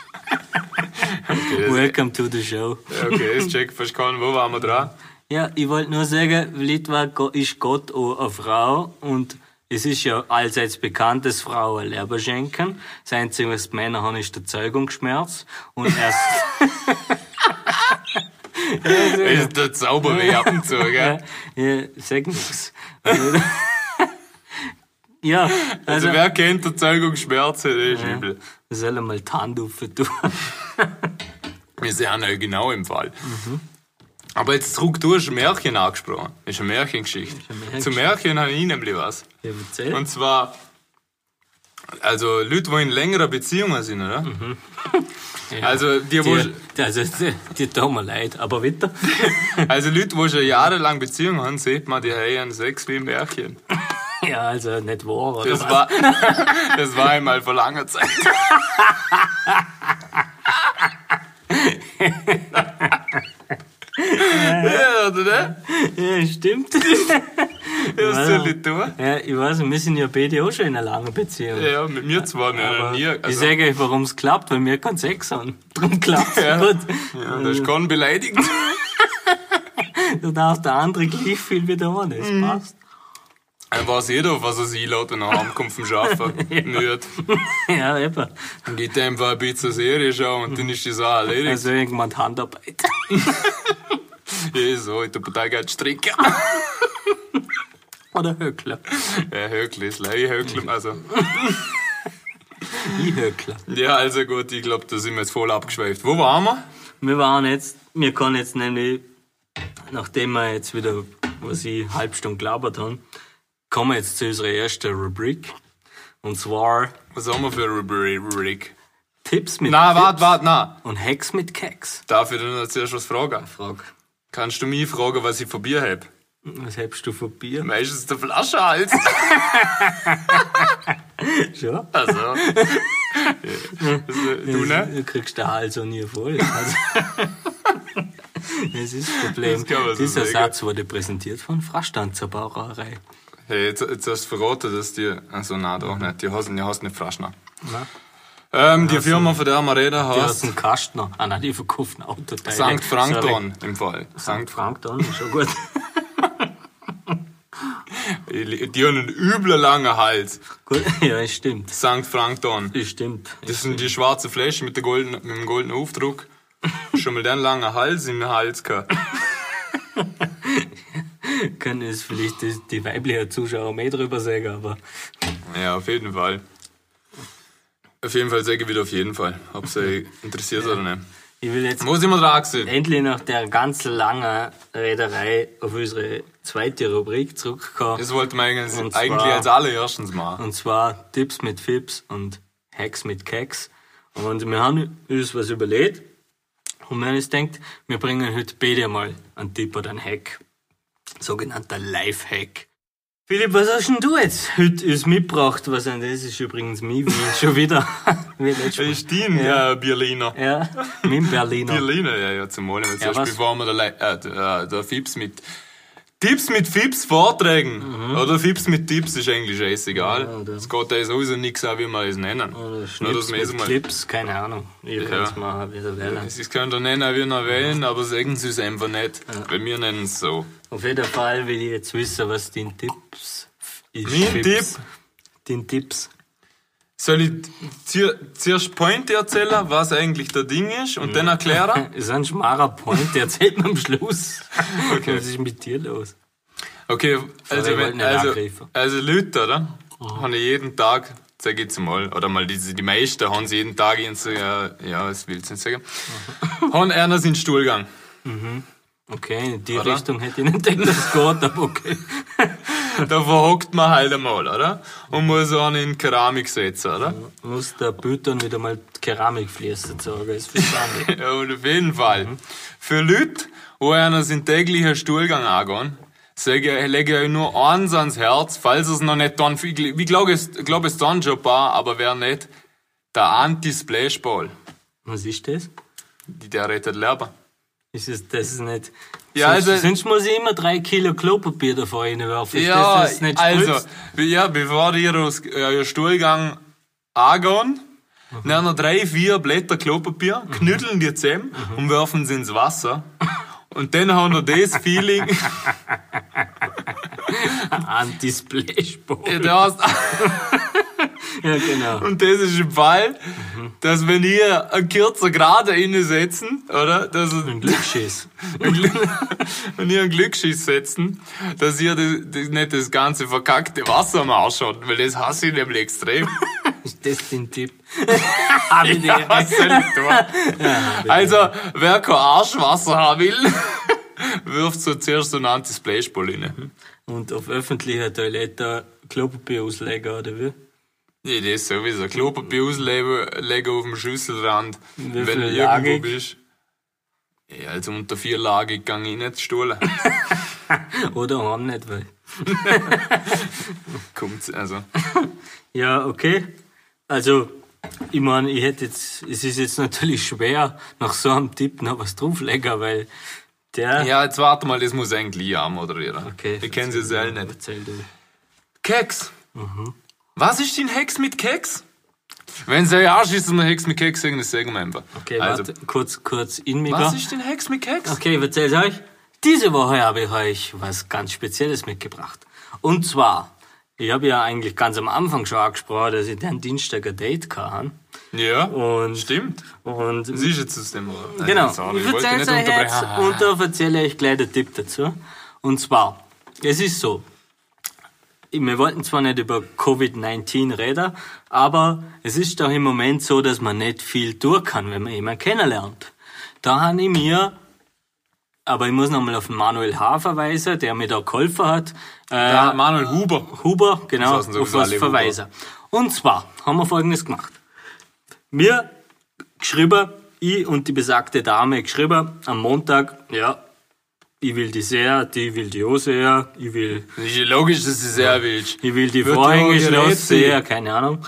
Welcome to the show. Okay, das check fast keinen. Wo waren wir dran? Ja, ich wollte nur sagen, vielleicht ist Gott auch eine Frau und es ist ja allseits bekannt, dass Frauen Leber schenken. Das Einzige, was die Männer haben, ist der Zeugungsschmerz. Und erst... Das ist der Zauberweh ab und zu, gell? Ja, sag nix. Ja, Also, wer kennt der Zeugungsschmerzen? Das ist übel. wir sollen mal die Hand aufentun. Wir sind ja genau im Fall. Aber jetzt zurück, du hast ein Märchen angesprochen. Das ist eine Märchengeschichte. Zum Märchen habe ich nämlich was. Ja, erzähl. Und zwar, also Leute, die in längerer Beziehung sind, oder? Ja. Also, die tun mir leid, aber weiter. also Leute, die schon jahrelang Beziehung haben, sieht man, die haben Sex wie ein Märchen. Ja, also nicht wahr, oder? Das was? war, das war einmal vor langer Zeit. Ja, oder? Ja, stimmt. Ja, Was soll ich tun? Ja, ich weiß, wir sind ja beide auch schon in einer langen Beziehung. Ja, mit mir zwar noch nie. Also, ich sage euch, warum es klappt, weil wir keinen Sex haben. Darum klappt es gut. Ja, das ist kein beleidigend. Da darf der andere gleich viel wie der eine. Das passt. Dann weiß jeder, auf was er sich einlädt, wenn er heimkommt vom Arbeiten. Müde. Ja, eben. Dann geht er einfach ein bisschen Serie schauen und dann ist die Sache erledigt. Also irgendwann die Handarbeit. Ja, so, ich tue total gerne stricken. Oder Höckler. Ja, Höckler ist leider Höckler. Also. Ich Höckler. Ja, also gut, ich glaube, da sind wir jetzt voll abgeschweift. Wo waren wir? Wir können jetzt nämlich, nachdem wir jetzt wieder, was ich, halb Stunde gelabert haben, kommen wir jetzt zu unserer ersten Rubrik. Und zwar Was haben wir für eine Rubrik? Tipps mit Nein, Tipps warte, nein. und Hacks mit Keks. Darf ich dir noch zuerst was fragen? Frage. Kannst du mich fragen, was ich von Bier habe? Was hast du von Bier? Meistens der Flaschenhals. Schon? Also. Ja. Du, ne? Du kriegst den Hals auch nie voll. Also, das ist das Problem. Das kann man so Dieser sagen. Satz wurde präsentiert von Frastanzer Brauerei. Hey, jetzt hast du verraten, dass die. Also, nein, doch nicht. Die heißt nicht Fraschner. Nein. Die Firma, von der wir reden, Die hast heißt einen Kastner. Ah nein, die verkaufen Autoteile. St. Frankton im Fall. St. Frankton, schon gut. Die haben einen üblen langen Hals. Gut. Ja, es stimmt. St. Frankton. Das stimmt. Das sind die schwarze Flasche mit dem goldenen Aufdruck. Schon mal den langen Hals im Hals gehabt. Können es vielleicht die weiblichen Zuschauer mehr drüber sagen, aber Ja, auf jeden Fall. Auf jeden Fall sage ich wieder auf jeden Fall. Ob es euch interessiert oder nicht. ich will jetzt Wo sind wir dran gewesen? endlich nach der ganz langen Rederei auf unsere zweite Rubrik zurückkommen. Das wollten wir Und zwar- eigentlich als allererstes machen. Und zwar Tipps mit Fips und Hacks mit Keks. Und wir haben uns was überlegt. Und wir haben uns gedacht, wir bringen heute beide mal einen Tipp oder einen Hack. Sogenannter Life-Hack. Philipp, was hast denn du jetzt heute uns mitgebracht? Was denn das ist übrigens mein Wein. Schon wieder. Wie letztes Mal. Das ist dein Bierliner. Ja, mein Berliner. Bierliner, ja, zum Malen. Weil zuerst was? bevor wir der Fips mit Tipps mit Fips vortragen. Oder Fips mit Tipps ist eigentlich scheißegal. Ja, oder- Es geht da sowieso nichts an, wie wir es nennen. Oder Nur, dass Schnips wir es mit mal- Clips, keine Ahnung. Ihr könnt es mal wieder wählen. Sie können da nennen, wie wir wählen, aber sagen sie es einfach nicht. Weil wir nennen es so. Auf jeden Fall will ich jetzt wissen, was dein Tipps ist. Mein Fips. Tipp? Dein Tipps. Soll ich zuerst Point erzählen, was eigentlich der Ding ist, und dann erklären? Das ist ein schmaler Point, der erzählt man am Schluss. Okay. Was ist mit dir los? Okay, Sorry, ich wollte nicht angreifen. also Leute, oder? Haben ja jeden Tag, sag ich jetzt mal, oder mal die meisten haben sie jeden Tag ihren, ja, das will ich nicht sagen, haben einer seinen Stuhlgang. Okay, in die Oder? Richtung hätte ich nicht gedacht, dass es geht, aber okay. Da verhockt man halt einmal, oder? Und muss einen in Keramik setzen, oder? Muss der Büttern wieder mal die Keramikfliesse sagen, ist verstanden. Ja, und auf jeden Fall. Für Leute, wo einer seinen täglichen Stuhlgang angehen, lege ich nur eins ans Herz, falls es noch nicht dann, ich glaube es dann schon ein paar, aber wer nicht, der Anti-Splashball. Was ist das? Der rettet Leben. Das ist nicht... Ja, also- sonst muss ich immer 3 Kilo Klopapier davor reinwerfen. Ist Ja, das nicht also, spritzt? ja, bevor ihr euer Stuhlgang angehen, nehmen wir 3-4 Blätter Klopapier, knütteln die zusammen und werfen sie ins Wasser. Und dann haben wir das Feeling, Anti-Splashball. das, Ja, genau. und das ist im Fall, dass wenn ihr einen kürzer Grad reinsetzen, oder, dass Ein Glücksschiss. wenn ihr einen Glücksschiss setzen, dass ihr nicht das ganze verkackte Wasser am Arsch habt, weil das hasse ich nämlich extrem. Ist das dein Tipp? Hab ich dir Was soll ich tun? Also, wer kein Arschwasser haben will, wirft so zuerst so einen Anti-Splashball rein. Und auf öffentlicher Toilette Klopapier auslegen, oder wie? Ja, das sowieso. Klopapier auslegen auf dem Schüsselrand. Wie Wenn viel du irgendwo lagig? bist. Ja, also unter 4 lagig kann ich nicht stuhlen. Oder haben nicht, weil... Kommt's, also. Ja, okay. Also, ich meine, es ist jetzt natürlich schwer, nach so einem Tipp noch was drauflegen, weil Ja, jetzt warte mal, das muss eigentlich ich anmoderieren. Okay. Ich kenne sie selber nicht. Erzähl du. Keks. Was ist denn Hex mit Keks? Wenn sie Arsch ist, dass man Hex mit Keks sagen, das sagen wir einfach. Okay, also, warte, kurz in mich. was ist denn Hex mit Keks? Okay, ich erzähl's euch. Diese Woche habe ich euch was ganz Spezielles mitgebracht. Und zwar, ich habe ja eigentlich ganz am Anfang schon angesprochen, dass ich den Dienstag ein Date hatte. Ja, Und, stimmt. und Das ist jetzt das Thema. genau, Sorry, ich wollte erzähl's euch jetzt und da erzähle ich gleich den Tipp dazu. Und zwar, es ist so, wir wollten zwar nicht über Covid-19 reden, aber es ist doch im Moment so, dass man nicht viel tun kann, wenn man jemanden kennenlernt. Da habe ich mir, aber ich muss nochmal auf den Manuel H. verweisen, der mir da geholfen hat. Ja, Manuel Huber. Genau, Das heißen auf sowieso was alle verweisen. Und zwar haben wir Folgendes gemacht. Wir geschrieben, ich und die besagte Dame geschrieben, am Montag, ja, ich will die sehr, die will die auch sehr, Das ist ja logisch, dass du sehr willst. ich will die Wird Vorhänge ja schlossen, gerät sehr, keine Ahnung.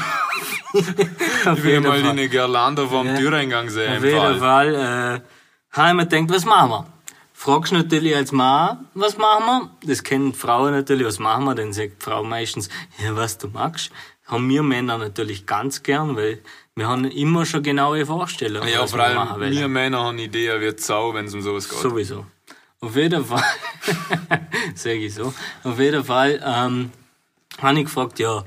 Ich will mal die Girlande vom Türeingang sehen. Auf jeden Fall habe ich mir gedacht, was machen wir? Fragst natürlich als Mann, was machen wir? Das kennen Frauen natürlich, was machen wir? Dann sagt die Frau meistens, ja, was du magst. Haben wir Männer natürlich ganz gern, weil wir haben immer schon genaue Vorstellungen, Ja, was vor wir allem machen wollen. wir Männer haben Ideen wie Sau, wenn es um sowas geht. Sowieso. Auf jeden Fall, sag ich so, auf jeden Fall habe ich gefragt, ja,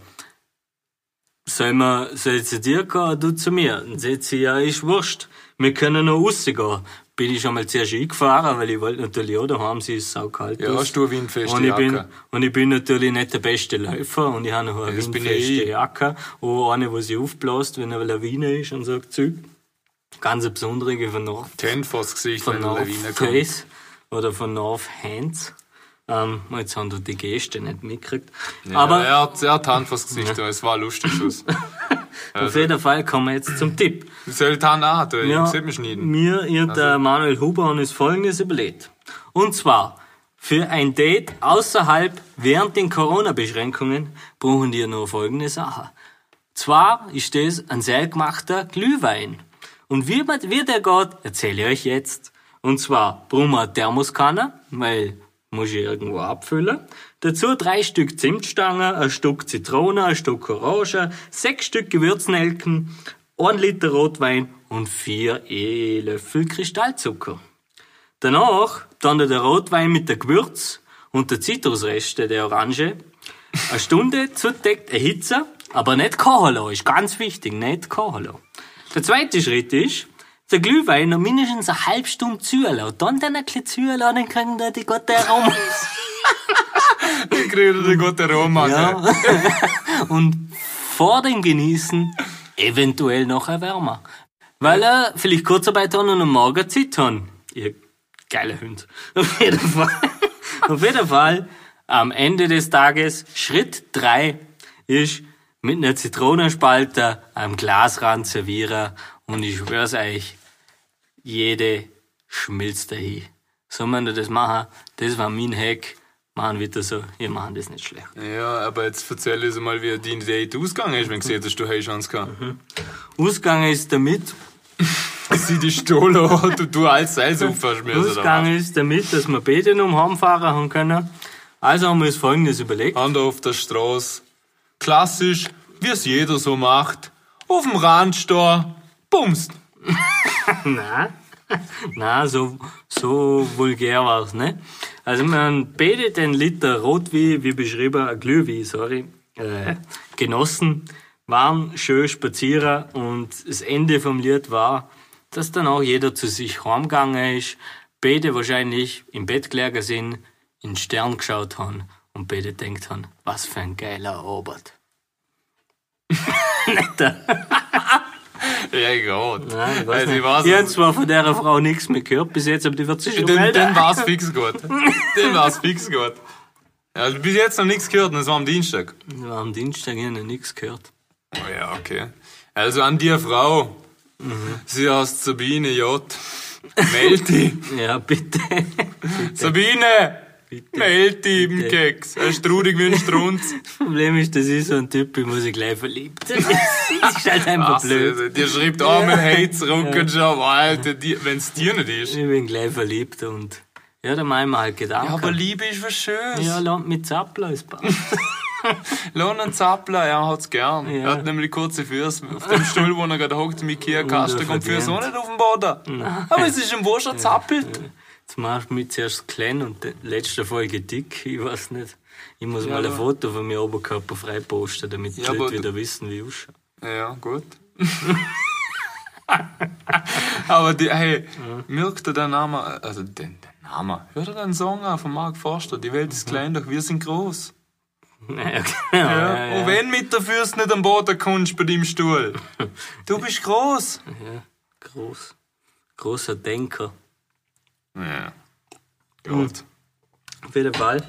soll ich zu dir gehen oder du zu mir? Dann sagt sie, ja, ist wurscht, wir können noch rausgehen. Bin ich schon mal zuerst eingefahren, weil ich wollte natürlich auch daheim, sie ist saukalt. Ja, hast du eine windfeste und Jacke? ich bin natürlich nicht der beste Läufer und ich habe noch eine Das bin windfeste ich. Jacke. Auch eine, die sich aufbläst, wenn eine Lawine ist und so Zeug. Ganz eine besondere von North, Ten vors Gesicht, von wenn die North Lawine kommt. Face oder von North Hands. Jetzt haben wir die Geste nicht mitgekriegt. Ja, Aber er hat Hand vors Gesicht, es war lustig. auf jeden Fall kommen wir jetzt zum Tipp. Du sollst Hand an, Ja, ich sehe mich schneiden. mir und der Manuel Huber haben uns Folgendes überlegt. Und zwar, für ein Date außerhalb während den Corona-Beschränkungen brauchen die nur folgende Sachen. Zwar ist das ein selbstgemachter Glühwein. Und wie der geht, erzähle ich euch jetzt. Und zwar brauchen wir eine Thermoskanne, weil muss ich irgendwo abfüllen. Dazu 3 Stück Zimtstangen, ein Stück Zitrone, ein Stück Orange, 6 Stück Gewürznelken, 1 Liter Rotwein und 4 Löffel Kristallzucker. Danach dann der Rotwein mit der Gewürz und der Zitrusreste der Orange. Eine Stunde zudeckt erhitzen, aber nicht kochen lassen, ist ganz wichtig, nicht kochen lassen. Der zweite Schritt ist, der Glühwein noch mindestens eine halbe Stunde ziehen lassen. Dann ein bisschen ziehen lassen, dann kriegen wir die gute Aroma. Ich kriege den guten Roma. Ja. Und vor dem Genießen eventuell noch erwärmen. Weil er vielleicht Kurzarbeit haben und am Morgen Zeit haben. Ihr geiler Hund. Auf jeden Fall, am Ende des Tages, Schritt 3 ist mit einer Zitronenspalte am Glasrand servieren. Und ich schwör's euch, jede schmilzt dahin. So man das machen, das war mein Hack. Machen wieder so, wir machen das nicht schlecht. Ja, aber jetzt erzähl uns mal, wie dein Date ausgegangen ist, wenn du gesehen hast, du hast Chance gehabt. Ausgegangen ist damit, Sie die Stolo und du als Seilsufer schmierst, oder Ausgegangen ist damit, dass wir beide noch heimfahren haben können. Also haben wir uns Folgendes überlegt. was? Hand auf der Straße. Klassisch, wie es jeder so macht. Auf dem Rand stehen, bumst. Na, so vulgär war's, ne? Also wir haben beide den Liter Rotwein, wie beschrieben, Glühwein, genossen, waren schön spazieren und das Ende vom Lied war, dass dann auch jeder zu sich heimgegangen ist, beide wahrscheinlich im Bett gelegen sind, in den Stern geschaut haben und beide denkt haben, was für ein geiler Abend. Ja, Gott. Nein, ich weiß Also, nicht. ich weiß Ich habe es. zwar von dieser Frau nichts mehr gehört bis jetzt, aber die wird sich schon melden. Den war's fix gut. Den war's fix gut. Ja, also bis jetzt noch nichts gehört, und das war am Dienstag. Ja, am Dienstag habe ich noch nichts gehört. Oh ja, okay. Also an die Frau. Sie heißt Sabine J. Meld dich. Ja, bitte. Sabine! Bitte. Meld dich im Keks. Er ist traurig wie ein Strunz. Das Problem ist, das ist so ein Typ, ich muss sich gleich verliebt. Das ist halt einfach blöd. Der schreibt auch mit Hate zurück und schon, Alter, wenn es dir nicht ist. Ich bin gleich verliebt und ja, da machen wir halt Gedanken. Ja, aber Liebe ist was Schönes. Ja, lernt mit Zappler, es passt. Lohn und Zappler, er hat's gern. Ja. Er hat nämlich kurze Füße. Auf dem Stuhl, wo er gerade hockt, mit Ikea-Kasten, kommt Füße auch nicht auf den Boden. Nein. Aber es ist ein Wurscht, er zappelt. Jetzt machst du mich zuerst klein und die letzte Folge dick, ich weiß nicht. Ich muss mal ein Foto von mir Oberkörper frei posten, damit die Leute wieder wissen, wie ich ausschaue. Ja, gut. Aber hey, merkt ihr den Namen, also den Namen, hört ihr den Song an von Mark Forster, die Welt ist klein, doch wir sind groß. Ja, genau. Ja. Und wenn mit der Füße nicht am Boden kommst bei deinem Stuhl, du bist groß. Ja, groß. Großer Denker. Ja. Gut. Auf jeden Fall.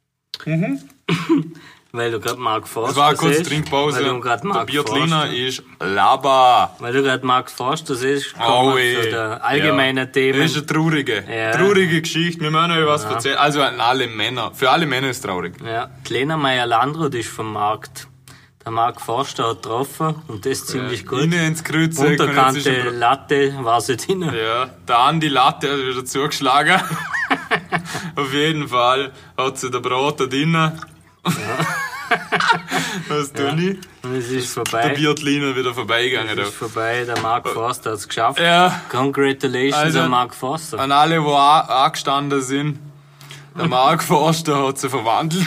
Weil du gerade Mark Forster Das war eine kurze siehst, Trinkpause. Weil du gerade Der Mark Biertliner Forster, ist Laba. weil du gerade Mark Forster siehst, Oh, kommen wir ey. zu der allgemeinen Themen. Das ist eine traurige Geschichte. Wir müssen euch was erzählen. Also an alle Männer. Für alle Männer ist es traurig. Ja, die Lena Meyer-Landrut ist vom Markt. Der Mark Forster hat getroffen und das ziemlich gut. Innen ins Kreuz. Unterkante Latte war sie drin. Ja, der Andi Latte hat wieder zugeschlagen. Auf jeden Fall hat sie der Braten drin. Was tue ich? Und es ist Der vorbei. Biertliner wieder vorbeigegangen. Es ist vorbei. Der Mark Forster hat es geschafft. Ja, Congratulations Also, an Mark Forster. an alle, die angestanden sind. Der Mark Forster hat sie verwandelt.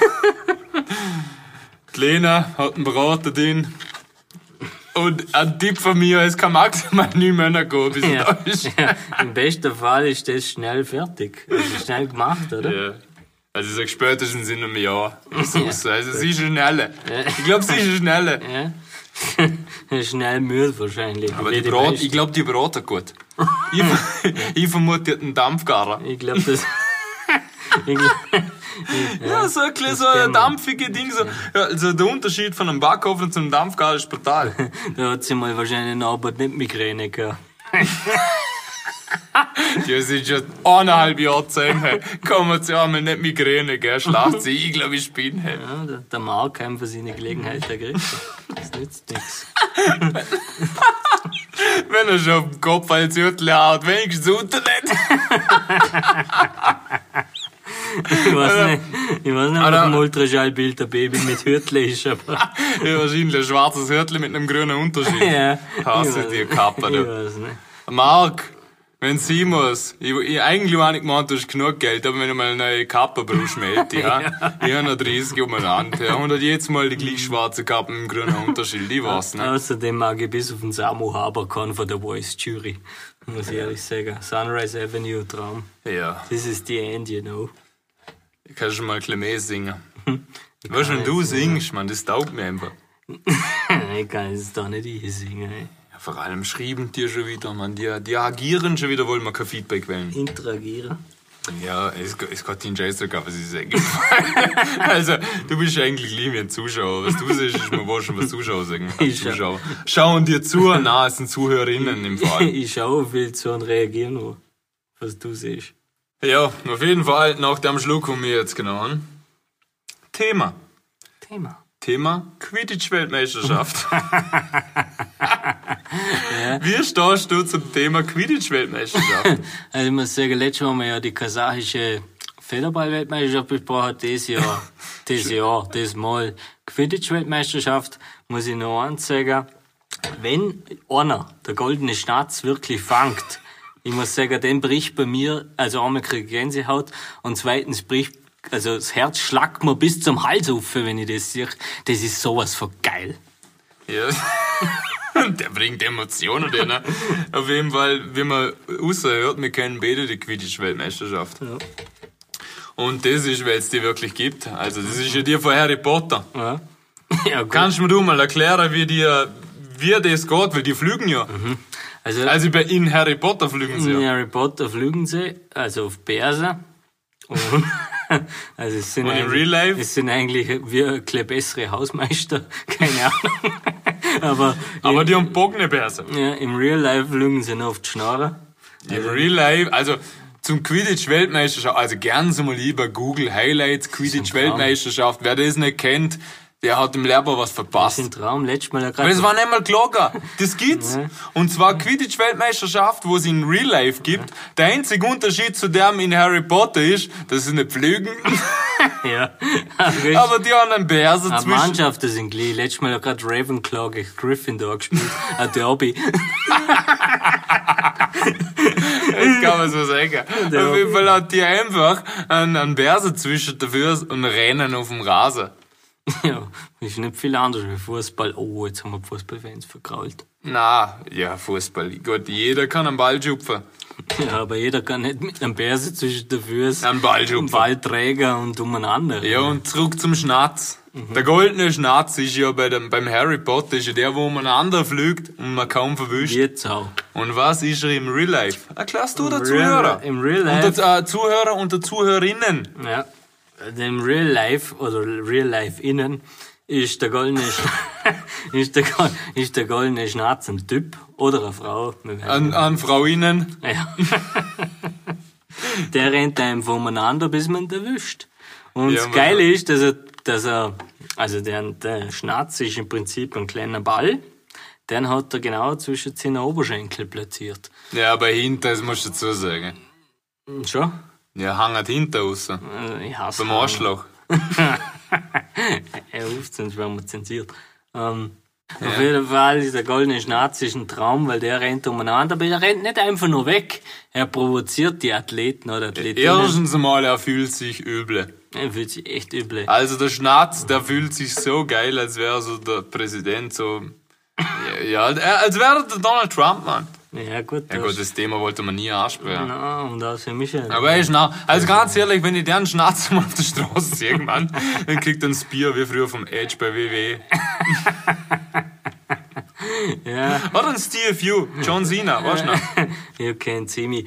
Die Lena hat einen Braten drin. Und ein Tipp von mir, es kann maximal 9 Monate gehen, bis Ja. er da ist. Ja, im besten Fall ist das schnell fertig. Also schnell gemacht, oder? Ja. Also ich sag spätestens in einem Jahr. Also sie ist schnell. Ich glaube, sie ist schnell. Ja. Schnell müde wahrscheinlich. Aber Wie die meisten. ich glaube, die braten gut. Ich vermute, die hat einen Dampfgarer. Ich glaube, das. Ja, so ein kleines, so ein dampfige Ding. So. Ja, also der Unterschied von einem Backofen zu einem Dampfgarer ist brutal. Da hat sie mal wahrscheinlich eine Arbeit nicht Migräne gehabt. Die sind schon 1,5 Jahre zusammen. Kommen sie einmal nicht Migräne, gell? Schlacht sie, ich glaube, ich spinne. Ja, der Mark einfach seine Gelegenheit ergriffen. Das nützt nichts. Wenn er schon auf dem Kopf ein Zürtel hat, wenigstens unten nicht. Ich weiß nicht, ob auf dem Ultraschallbild der Baby mit Hürtle ist, aber. Ja, wahrscheinlich ein schwarzes Hörtli mit einem grünen Unterschied. Ja. Hasse die Kappe, Ich du. weiß nicht. Mark, wenn sie muss, eigentlich war ich gemeint, du hast genug Geld, aber wenn du mal eine neue Kappe brauchst, melde dich, ja. Ich habe noch 30 umeinander, ja. Und hat jetzt mal die gleich schwarze Kappe mit dem grünen Unterschied, ich weiß nicht. Außerdem mag ich bis auf den Samu Haberkorn von der Voice Jury. Muss ich ehrlich sagen. Sunrise Avenue, Traum. Ja, This is the end, you know. ich kann schon mal ein bisschen mehr singen. Weißt du, wenn du singst, man, das taugt mir einfach. Ich kann es doch nicht singen. Ey. Ja, vor allem schreiben die schon wieder, man, die agieren schon wieder, wollen wir kein Feedback wählen. Interagieren. Ja, es geht den Scheiß sogar, was ist eigentlich. Also, du bist eigentlich lieb wie ein Zuschauer. Was du siehst, ist mir wurscht, was Zuschauer sagen. Zuschauer. Schauen dir zu, na, es sind Zuhörerinnen im Fall. Ich schaue viel zu und reagiere nur, was du siehst. Ja, auf jeden Fall, nach dem Schluck haben wir jetzt genau an. Thema Quidditch-Weltmeisterschaft. Wie stehst du zum Thema Quidditch-Weltmeisterschaft? Also ich muss sagen, letztes Mal haben wir ja die kasachische Federball-Weltmeisterschaft besprochen, dieses Mal Quidditch-Weltmeisterschaft, muss ich noch eins sagen. Wenn einer der goldene Schnatz wirklich fangt, ich muss sagen, den bricht bei mir, also einmal kriege ich Gänsehaut und zweitens also das Herz schlagt mir bis zum Hals auf, wenn ich das sehe. Das ist sowas von geil. Ja. Der bringt Emotionen, der, ne? Auf jeden Fall, wie man raushört, wir kennen beide die Quidditch-Weltmeisterschaft. Ja. Und das ist, weil es die wirklich gibt. Also, das ist ja die von Harry Potter. Ja. Ja, gut. Kannst du mir mal erklären, wie das geht? Weil die fliegen ja. Also in Harry Potter fliegen sie In ja. Harry Potter fliegen sie, also auf Berse. Also es sind Und in Real Life? Es sind eigentlich wie ein bisschen bessere Hausmeister, keine Ahnung. Aber die haben Bogenebärse. Ja, im Real Life fliegen sie noch auf die Schnarre. Im Real Life, also zum Quidditch-Weltmeisterschaft, also gern so mal lieber Google Highlights, Quidditch-Weltmeisterschaft. Wer das nicht kennt, der hat im Lehrer was verpasst. Das ist ein Traum, letztes Mal ja Aber gerade. das war nicht mal Glogger. Das gibt's. Ja. Und zwar Quidditch-Weltmeisterschaft, wo es in Real Life gibt. Der einzige Unterschied zu dem in Harry Potter ist, dass sie nicht fliegen. Ja. Aber die haben einen Bär so Eine zwischen. Mannschaft, das sind gleich. Letztes Mal ja gerade Ravenclaw gegen Gryffindor gespielt. Ein Derby. Das kann man so sagen. Auf jeden Fall hat die einfach einen Bär so zwischen dafür und rennen auf dem Rasen. Ja, ist nicht viel anders wie Fußball. Oh, jetzt haben wir Fußballfans verkrault. Na, ja, Fußball. Gut, jeder kann einen Ball schupfen. Ja, aber jeder kann nicht mit einem Bärse zwischen den Füßen, Einen Ball einem schupfen. Ballträger und umeinander. Ja, und zurück zum Schnatz. Der goldene Schnatz ist ja beim Harry Potter, ist ja der, wo umeinander fliegt und man kaum verwischt. Jetzt auch. Und was ist er im Real Life? Erklärst du der Real- Zuhörer? im Real Und Life. der Zuhörer und der Zuhörerinnen. Ja. Im Real Life oder Real Life innen ist der goldene ist der goldene Schnatz ein Typ oder eine Frau. An Frauinnen. Ja. Der rennt einem voneinander, bis man ihn erwischt. Und Ja, das Geile ist, dass er also der Schnatz ist im Prinzip ein kleiner Ball, den hat er genau zwischen seinen Oberschenkel platziert. Ja, aber hinten, das musst du dazu sagen. Schon? Ja, hängt hinten raus. Ich hasse Beim Arschloch. Er ruft, sonst werden wir zensiert. Auf jeden Fall, dieser goldene Schnatz ist ein Traum, weil der rennt umeinander, aber er rennt nicht einfach nur weg. Er provoziert die Athleten oder Athletinnen. Erstens einmal, er fühlt sich üble. Er fühlt sich echt übel. Also der Schnatz, der fühlt sich so geil, als wäre so der Präsident so... Ja, als wäre der Donald Trump, Mann. Ja gut, Ja gut, das Thema wollte man nie ansprechen. Na, und das für mich ja. Aber er ist nah. Also ganz ehrlich, wenn ich den Schnatz mal auf der Straße sehe, Mann, dann kriegt er ein Spear wie früher vom Edge bei WWE. Ja, Oder ein Steve Fu, John Cena, weißt du noch? you can't see me.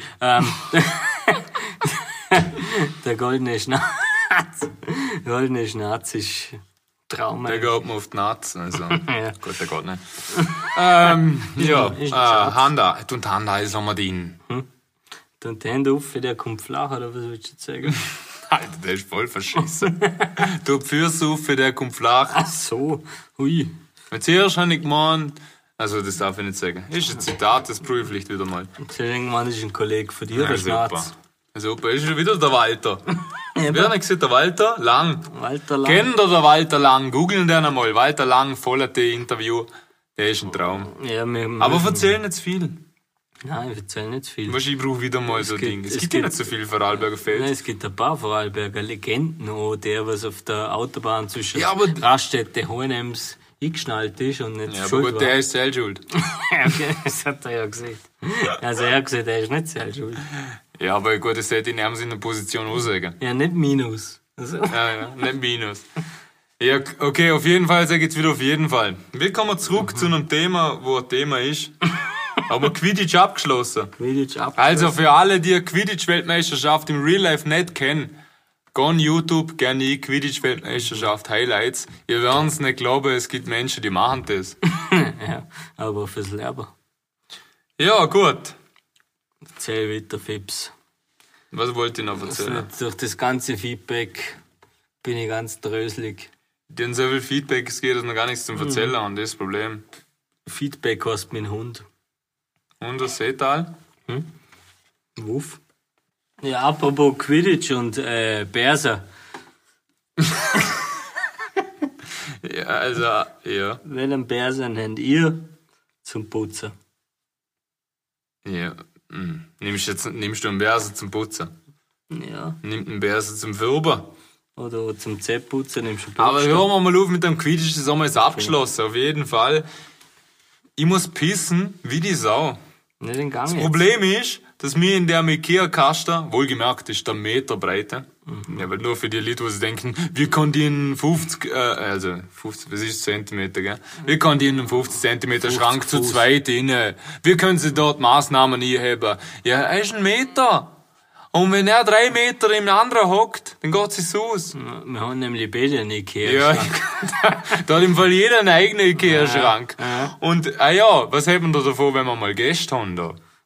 Der goldene Schnatz. Der goldene Schnatz ist Traum. Der geht mir auf die Nuts, also. Ja. Gut, der geht nicht. Ja, Ist ein Schatz. Handa. Und Handa ist haben wir den. Und der Hände auf, der kommt flach, oder was willst du jetzt sagen? Alter, der ist voll verschissen. Du Füße auf, der kommt flach. Ach so, hui. Jetzt erst habe ich gemeint, also das darf ich nicht sagen. Ist ein Zitat, das prüfe ich vielleicht wieder mal. Irgendwann ist ein Kollege von dir, der super. Schnatz. Super, ist schon wieder der Walter. Ja, Wer hat nicht gesagt, der Walter Lang? Walter Lang. Kennt ihr den Walter Lang? Googeln den einmal. Walter Lang, Voller-T-Interview. Der ist ein Traum. Ja, Aber erzähl nicht zu viel. Nein, ich erzähle nicht viel. Weißt du, ich brauche wieder mal so gibt- Dinge. Es es gibt ja gibt- nicht so viel Vorarlberger Feld. Nein, es gibt ein paar Vorarlberger Legenden, auch der, was auf der Autobahn zwischen Ja, aber- Raststätte Hohenems eingeschnallt ist und nicht Ja, aber schuld gut, war. der ist selbst schuld. Okay, das hat er ja gesagt. Also er hat gesagt, er ist nicht selbst schuld. Ja, aber gut, das hätte ich in einer Position auch sagen. Ja, nicht Minus. Also, Ja, nicht Minus. Ja, okay, auf jeden Fall sage ich jetzt wieder auf jeden Fall. Wir kommen zurück zu einem Thema, wo ein Thema ist. Aber Quidditch abgeschlossen. Quidditch ab. Also für alle, die Quidditch-Weltmeisterschaft im Real Life nicht kennen, geh on YouTube, gerne die Quidditch-Weltmeisterschaft Highlights. Ihr werden's nicht glauben, es gibt Menschen, die machen das. Ja, aber fürs Leben. Ja, gut. Erzähl weiter, Fips. Was wollte ich noch erzählen? Durch das ganze Feedback bin ich ganz dröselig. Die haben so viel Feedback, es geht, dass noch gar nichts zum Erzählen haben, das ist das Problem. Feedback kostet mein Hund. Und das Seetal? Wuff. Ja, apropos Quidditch und Berser. Ja, also, ja. Welchen Bärsen habt ihr zum Putzen? Ja. Nimmst du einen Bärse zum Putzen? Ja. Nimm einen Bärse zum Fürben? Oder zum Zähneputzen nimmst du einen Aber Bürsten. hören wir mal auf mit dem Quidditch, das haben wir jetzt abgeschlossen, auf jeden Fall. Ich muss pissen wie die Sau. Nicht in Gang Das jetzt. Problem ist, dass mir in der Ikea-Kasten, wohlgemerkt ist der Meter Breite, ja, weil nur für die Leute, die sich denken, wie kann die in 50, 50, was ist Zentimeter, gell? Wie kann die in einen 50 Zentimeter Schrank zu Fuß. zweit rein? Wie können sie dort Maßnahmen einheben? Ja, er ist ein Meter. Und wenn er 3 Meter im anderen hockt, dann geht es aus. Wir haben nämlich beide einen Ikea. Ja, da hat im Fall jeder einen eigenen Ikea-Schrank. Ja. Und, ja, was hat man da davon, wenn wir mal Gäste haben da?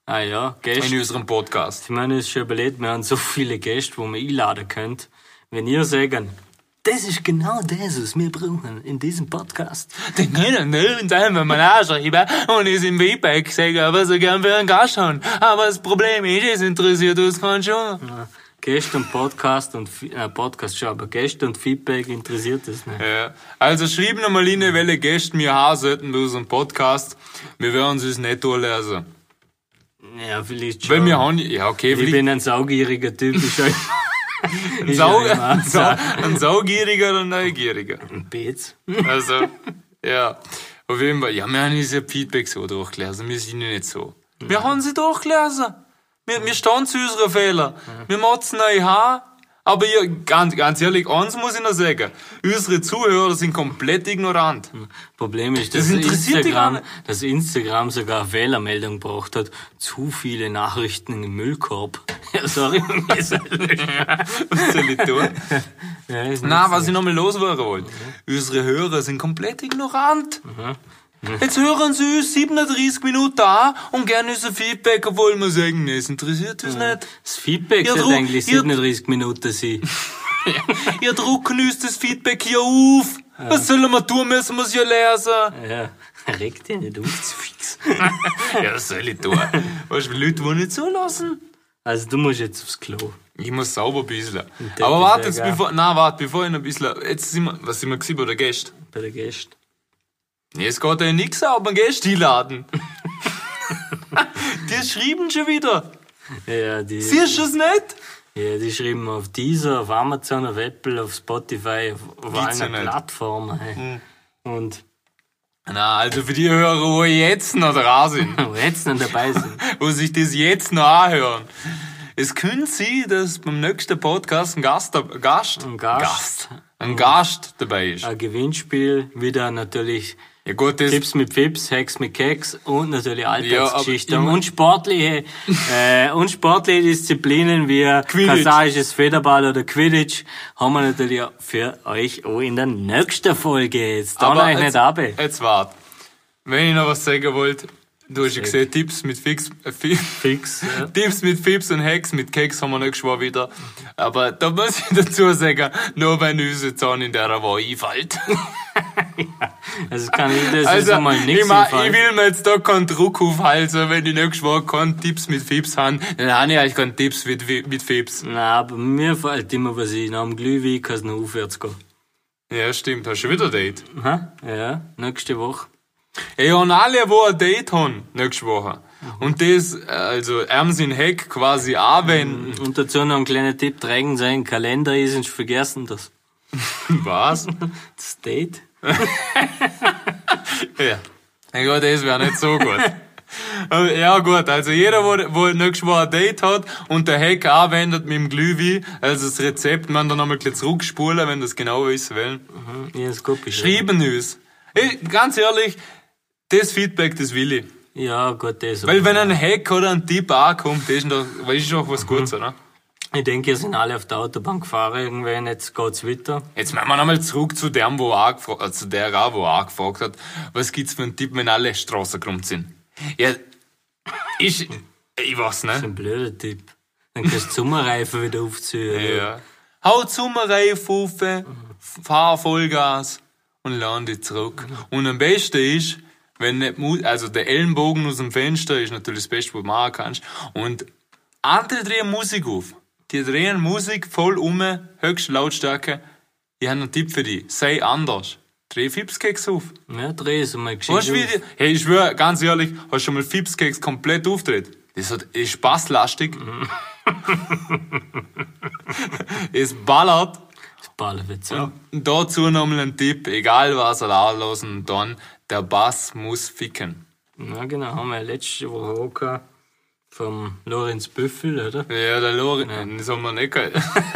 Ah ja, Gäste. in unserem Podcast. Ich meine, es ist schon überlegt, wir haben so viele Gäste, die man einladen könnt. Wenn ihr sagen, das ist genau das, was wir brauchen in diesem Podcast. Den können wir uns einfach mal anschreiben und es im Feedback sagen, was sie gern für einen Gast haben. Aber das Problem ist, es interessiert uns keinen schon. Ja, Gäste und Podcast und Podcast schon, aber Gäste und Feedback interessiert es nicht. Ja. Also schreiben noch mal rein, welche Gäste wir haben sollten bei unserem Podcast. Wir werden es uns nicht durchlesen. Ja, vielleicht schon. Weil wir haben, ja okay, ich bin ein saugieriger Typ. ein saugieriger oder neugieriger. Ein Beetz. Also, ja. Auf jeden Fall, ja, wir haben diese Feedback so durchgelesen. Wir sind ja nicht so. Wir haben sie durchgelesen. Wir stehen zu unseren Fehlern. Wir motzen euch an. Aber ihr, ganz ehrlich, eins muss ich noch sagen. Unsere Zuhörer sind komplett ignorant. Problem ist, Das interessiert dich gar nicht. dass Instagram sogar eine Fehlermeldung gebracht hat. Zu viele Nachrichten im Müllkorb. Ja, sorry. Was soll ich tun? Ja, Nein, was ich noch mal loswerden wollte. Unsere Hörer sind komplett ignorant. Jetzt hören sie uns 37 Minuten an und gerne unser Feedback, obwohl wir sagen, nee, es interessiert uns nicht. Das Feedback sollte eigentlich 37 Minuten sein. Ihr drucken uns das Feedback hier auf. Was sollen wir tun? Müssen wir es ja lesen. Ja, reg dich nicht auf zu fix. Ja, was soll ich tun? Weißt du, Leute, die nicht zulassen? Also, du musst jetzt aufs Klo. Ich muss sauber bisschen. Aber warte jetzt, bevor ich noch ein bisschen, jetzt sind wir, was sind wir gewesen bei der Gäste? Bei der Gäste. Nee, es geht ja nix sauber, Gäste einladen. Die schreiben schon wieder. Ja, Siehst du es nicht? Ja, die schreiben auf Deezer, auf Amazon, auf Apple, auf Spotify, auf allen Plattformen. Hey. Und na, also für die Hörer, die jetzt noch dran sind. wo jetzt noch dabei sind. Wo sich das jetzt noch anhören. Es könnte sein, dass beim nächsten Podcast ein Gast dabei ist. Ein Gewinnspiel, wieder natürlich Ja gut, das Tipps mit Fips, Hacks mit Keks und natürlich Alltagsgeschichten Ja, und sportliche Disziplinen wie Quidditch. kasachisches Federball oder Quidditch haben wir natürlich auch für euch auch in der nächsten Folge. Jetzt tun euch nicht ab. Jetzt wart. Wenn ich noch was sagen wollte, du hast ja gesehen, Tipps mit Fix, ja. Tipps mit Fips und Hacks mit Keks haben wir nicht schon wieder. Aber da muss ich dazu sagen, nur wenn uns jetzt an in der Woche einfällt. Also kann ich das Also, jetzt einmal nichts ich will mir jetzt da keinen Druck aufhalten, wenn ich nächstes Mal keine Tipps mit Fips habe, dann habe ich eigentlich keine Tipps mit Fips. Na, aber mir fällt immer was ein. Nach dem Glühwein kann es noch aufwärts gehen. Ja, stimmt. Hast du schon wieder ein Date? Aha, ja, nächste Woche. Ey, und alle, die ein Date haben, nächste Woche. Und das, also, sind Hack quasi anwenden. Und dazu noch ein kleiner Tipp, tragen seinen Kalender ist und vergessen das. Was? Das Date. Ja. Ja gut, das wäre nicht so gut. Aber ja gut, also jeder, wo nächstes Mal ein Date hat und der Hack anwendet mit dem Glühwein, also das Rezept, man dann nochmal zurückspulen, wenn das genau wissen will. Ja, ist gut beschrieben. Schreiben uns. Hey, ganz ehrlich, das Feedback, das will ich. Ja, gut, das Weil wenn ein Hack oder ein Tipp ankommt, das ist doch was Gutes, oder? Ich denke, wir sind alle auf der Autobahn gefahren irgendwann, jetzt geht's weiter. Jetzt machen wir nochmal zurück zu dem, wo angefragt hat, was gibt's für einen Tipp, wenn alle Straßen krumm sind? Ja, ich weiß Das ist nicht. ein blöder Tipp. Dann kannst du die Sommerreifen wieder aufziehen. Ja. Hau die Sommerreifen auf, fahr Vollgas und lande zurück. Und am besten ist, wenn nicht, also der Ellenbogen aus dem Fenster ist natürlich das Beste, was du machen kannst. Und andere drehen Musik auf. Die drehen Musik voll höchste Lautstärke. Ich habe einen Tipp für dich. Sei anders. Dreh Fipskeks auf. Ja, dreh es mal gescheit Weißt du, hey, ich schwöre, ganz ehrlich, hast du schon mal Fipskeks komplett aufgedreht? Das ist spaßlastig. Es ballert. Das Ball wird's ja. Und dazu nochmal ein Tipp, egal was er anlassen, dann, der Bass muss ficken. Ja, genau, haben wir letzte Woche auch gehabt. Vom Lorenz Büffel, oder? Ja, der Lorenz, das haben wir nicht gehabt.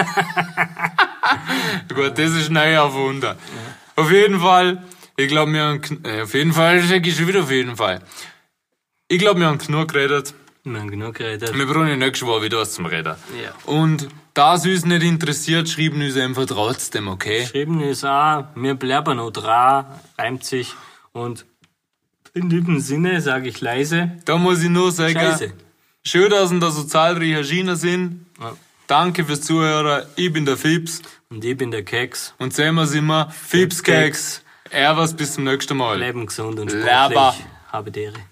Gut, das ist neu erfunden. Ja. Auf jeden Fall, ich glaube, wir haben, auf jeden Fall, sag ich schon wieder auf jeden Fall. Ich glaube, wir haben genug geredet. Wir haben genug geredet. Wir brauchen nächstes Mal wieder was zum Reden. Ja. Und da es uns nicht interessiert, schreiben uns einfach trotzdem, okay? Schreiben uns auch, wir bleiben noch dran, reimt sich. Und in diesem Sinne sage ich leise. Da muss ich nur sagen, Scheiße. Schön, dass da so zahlreiche erschienen sind. Ja. Danke fürs Zuhören. Ich bin der Fips. Und ich bin der Keks. Und sehen wir uns immer. Fips Keks. Erwas bis zum nächsten Mal. Bleiben gesund und Laber. sportlich. Habe die Ehre.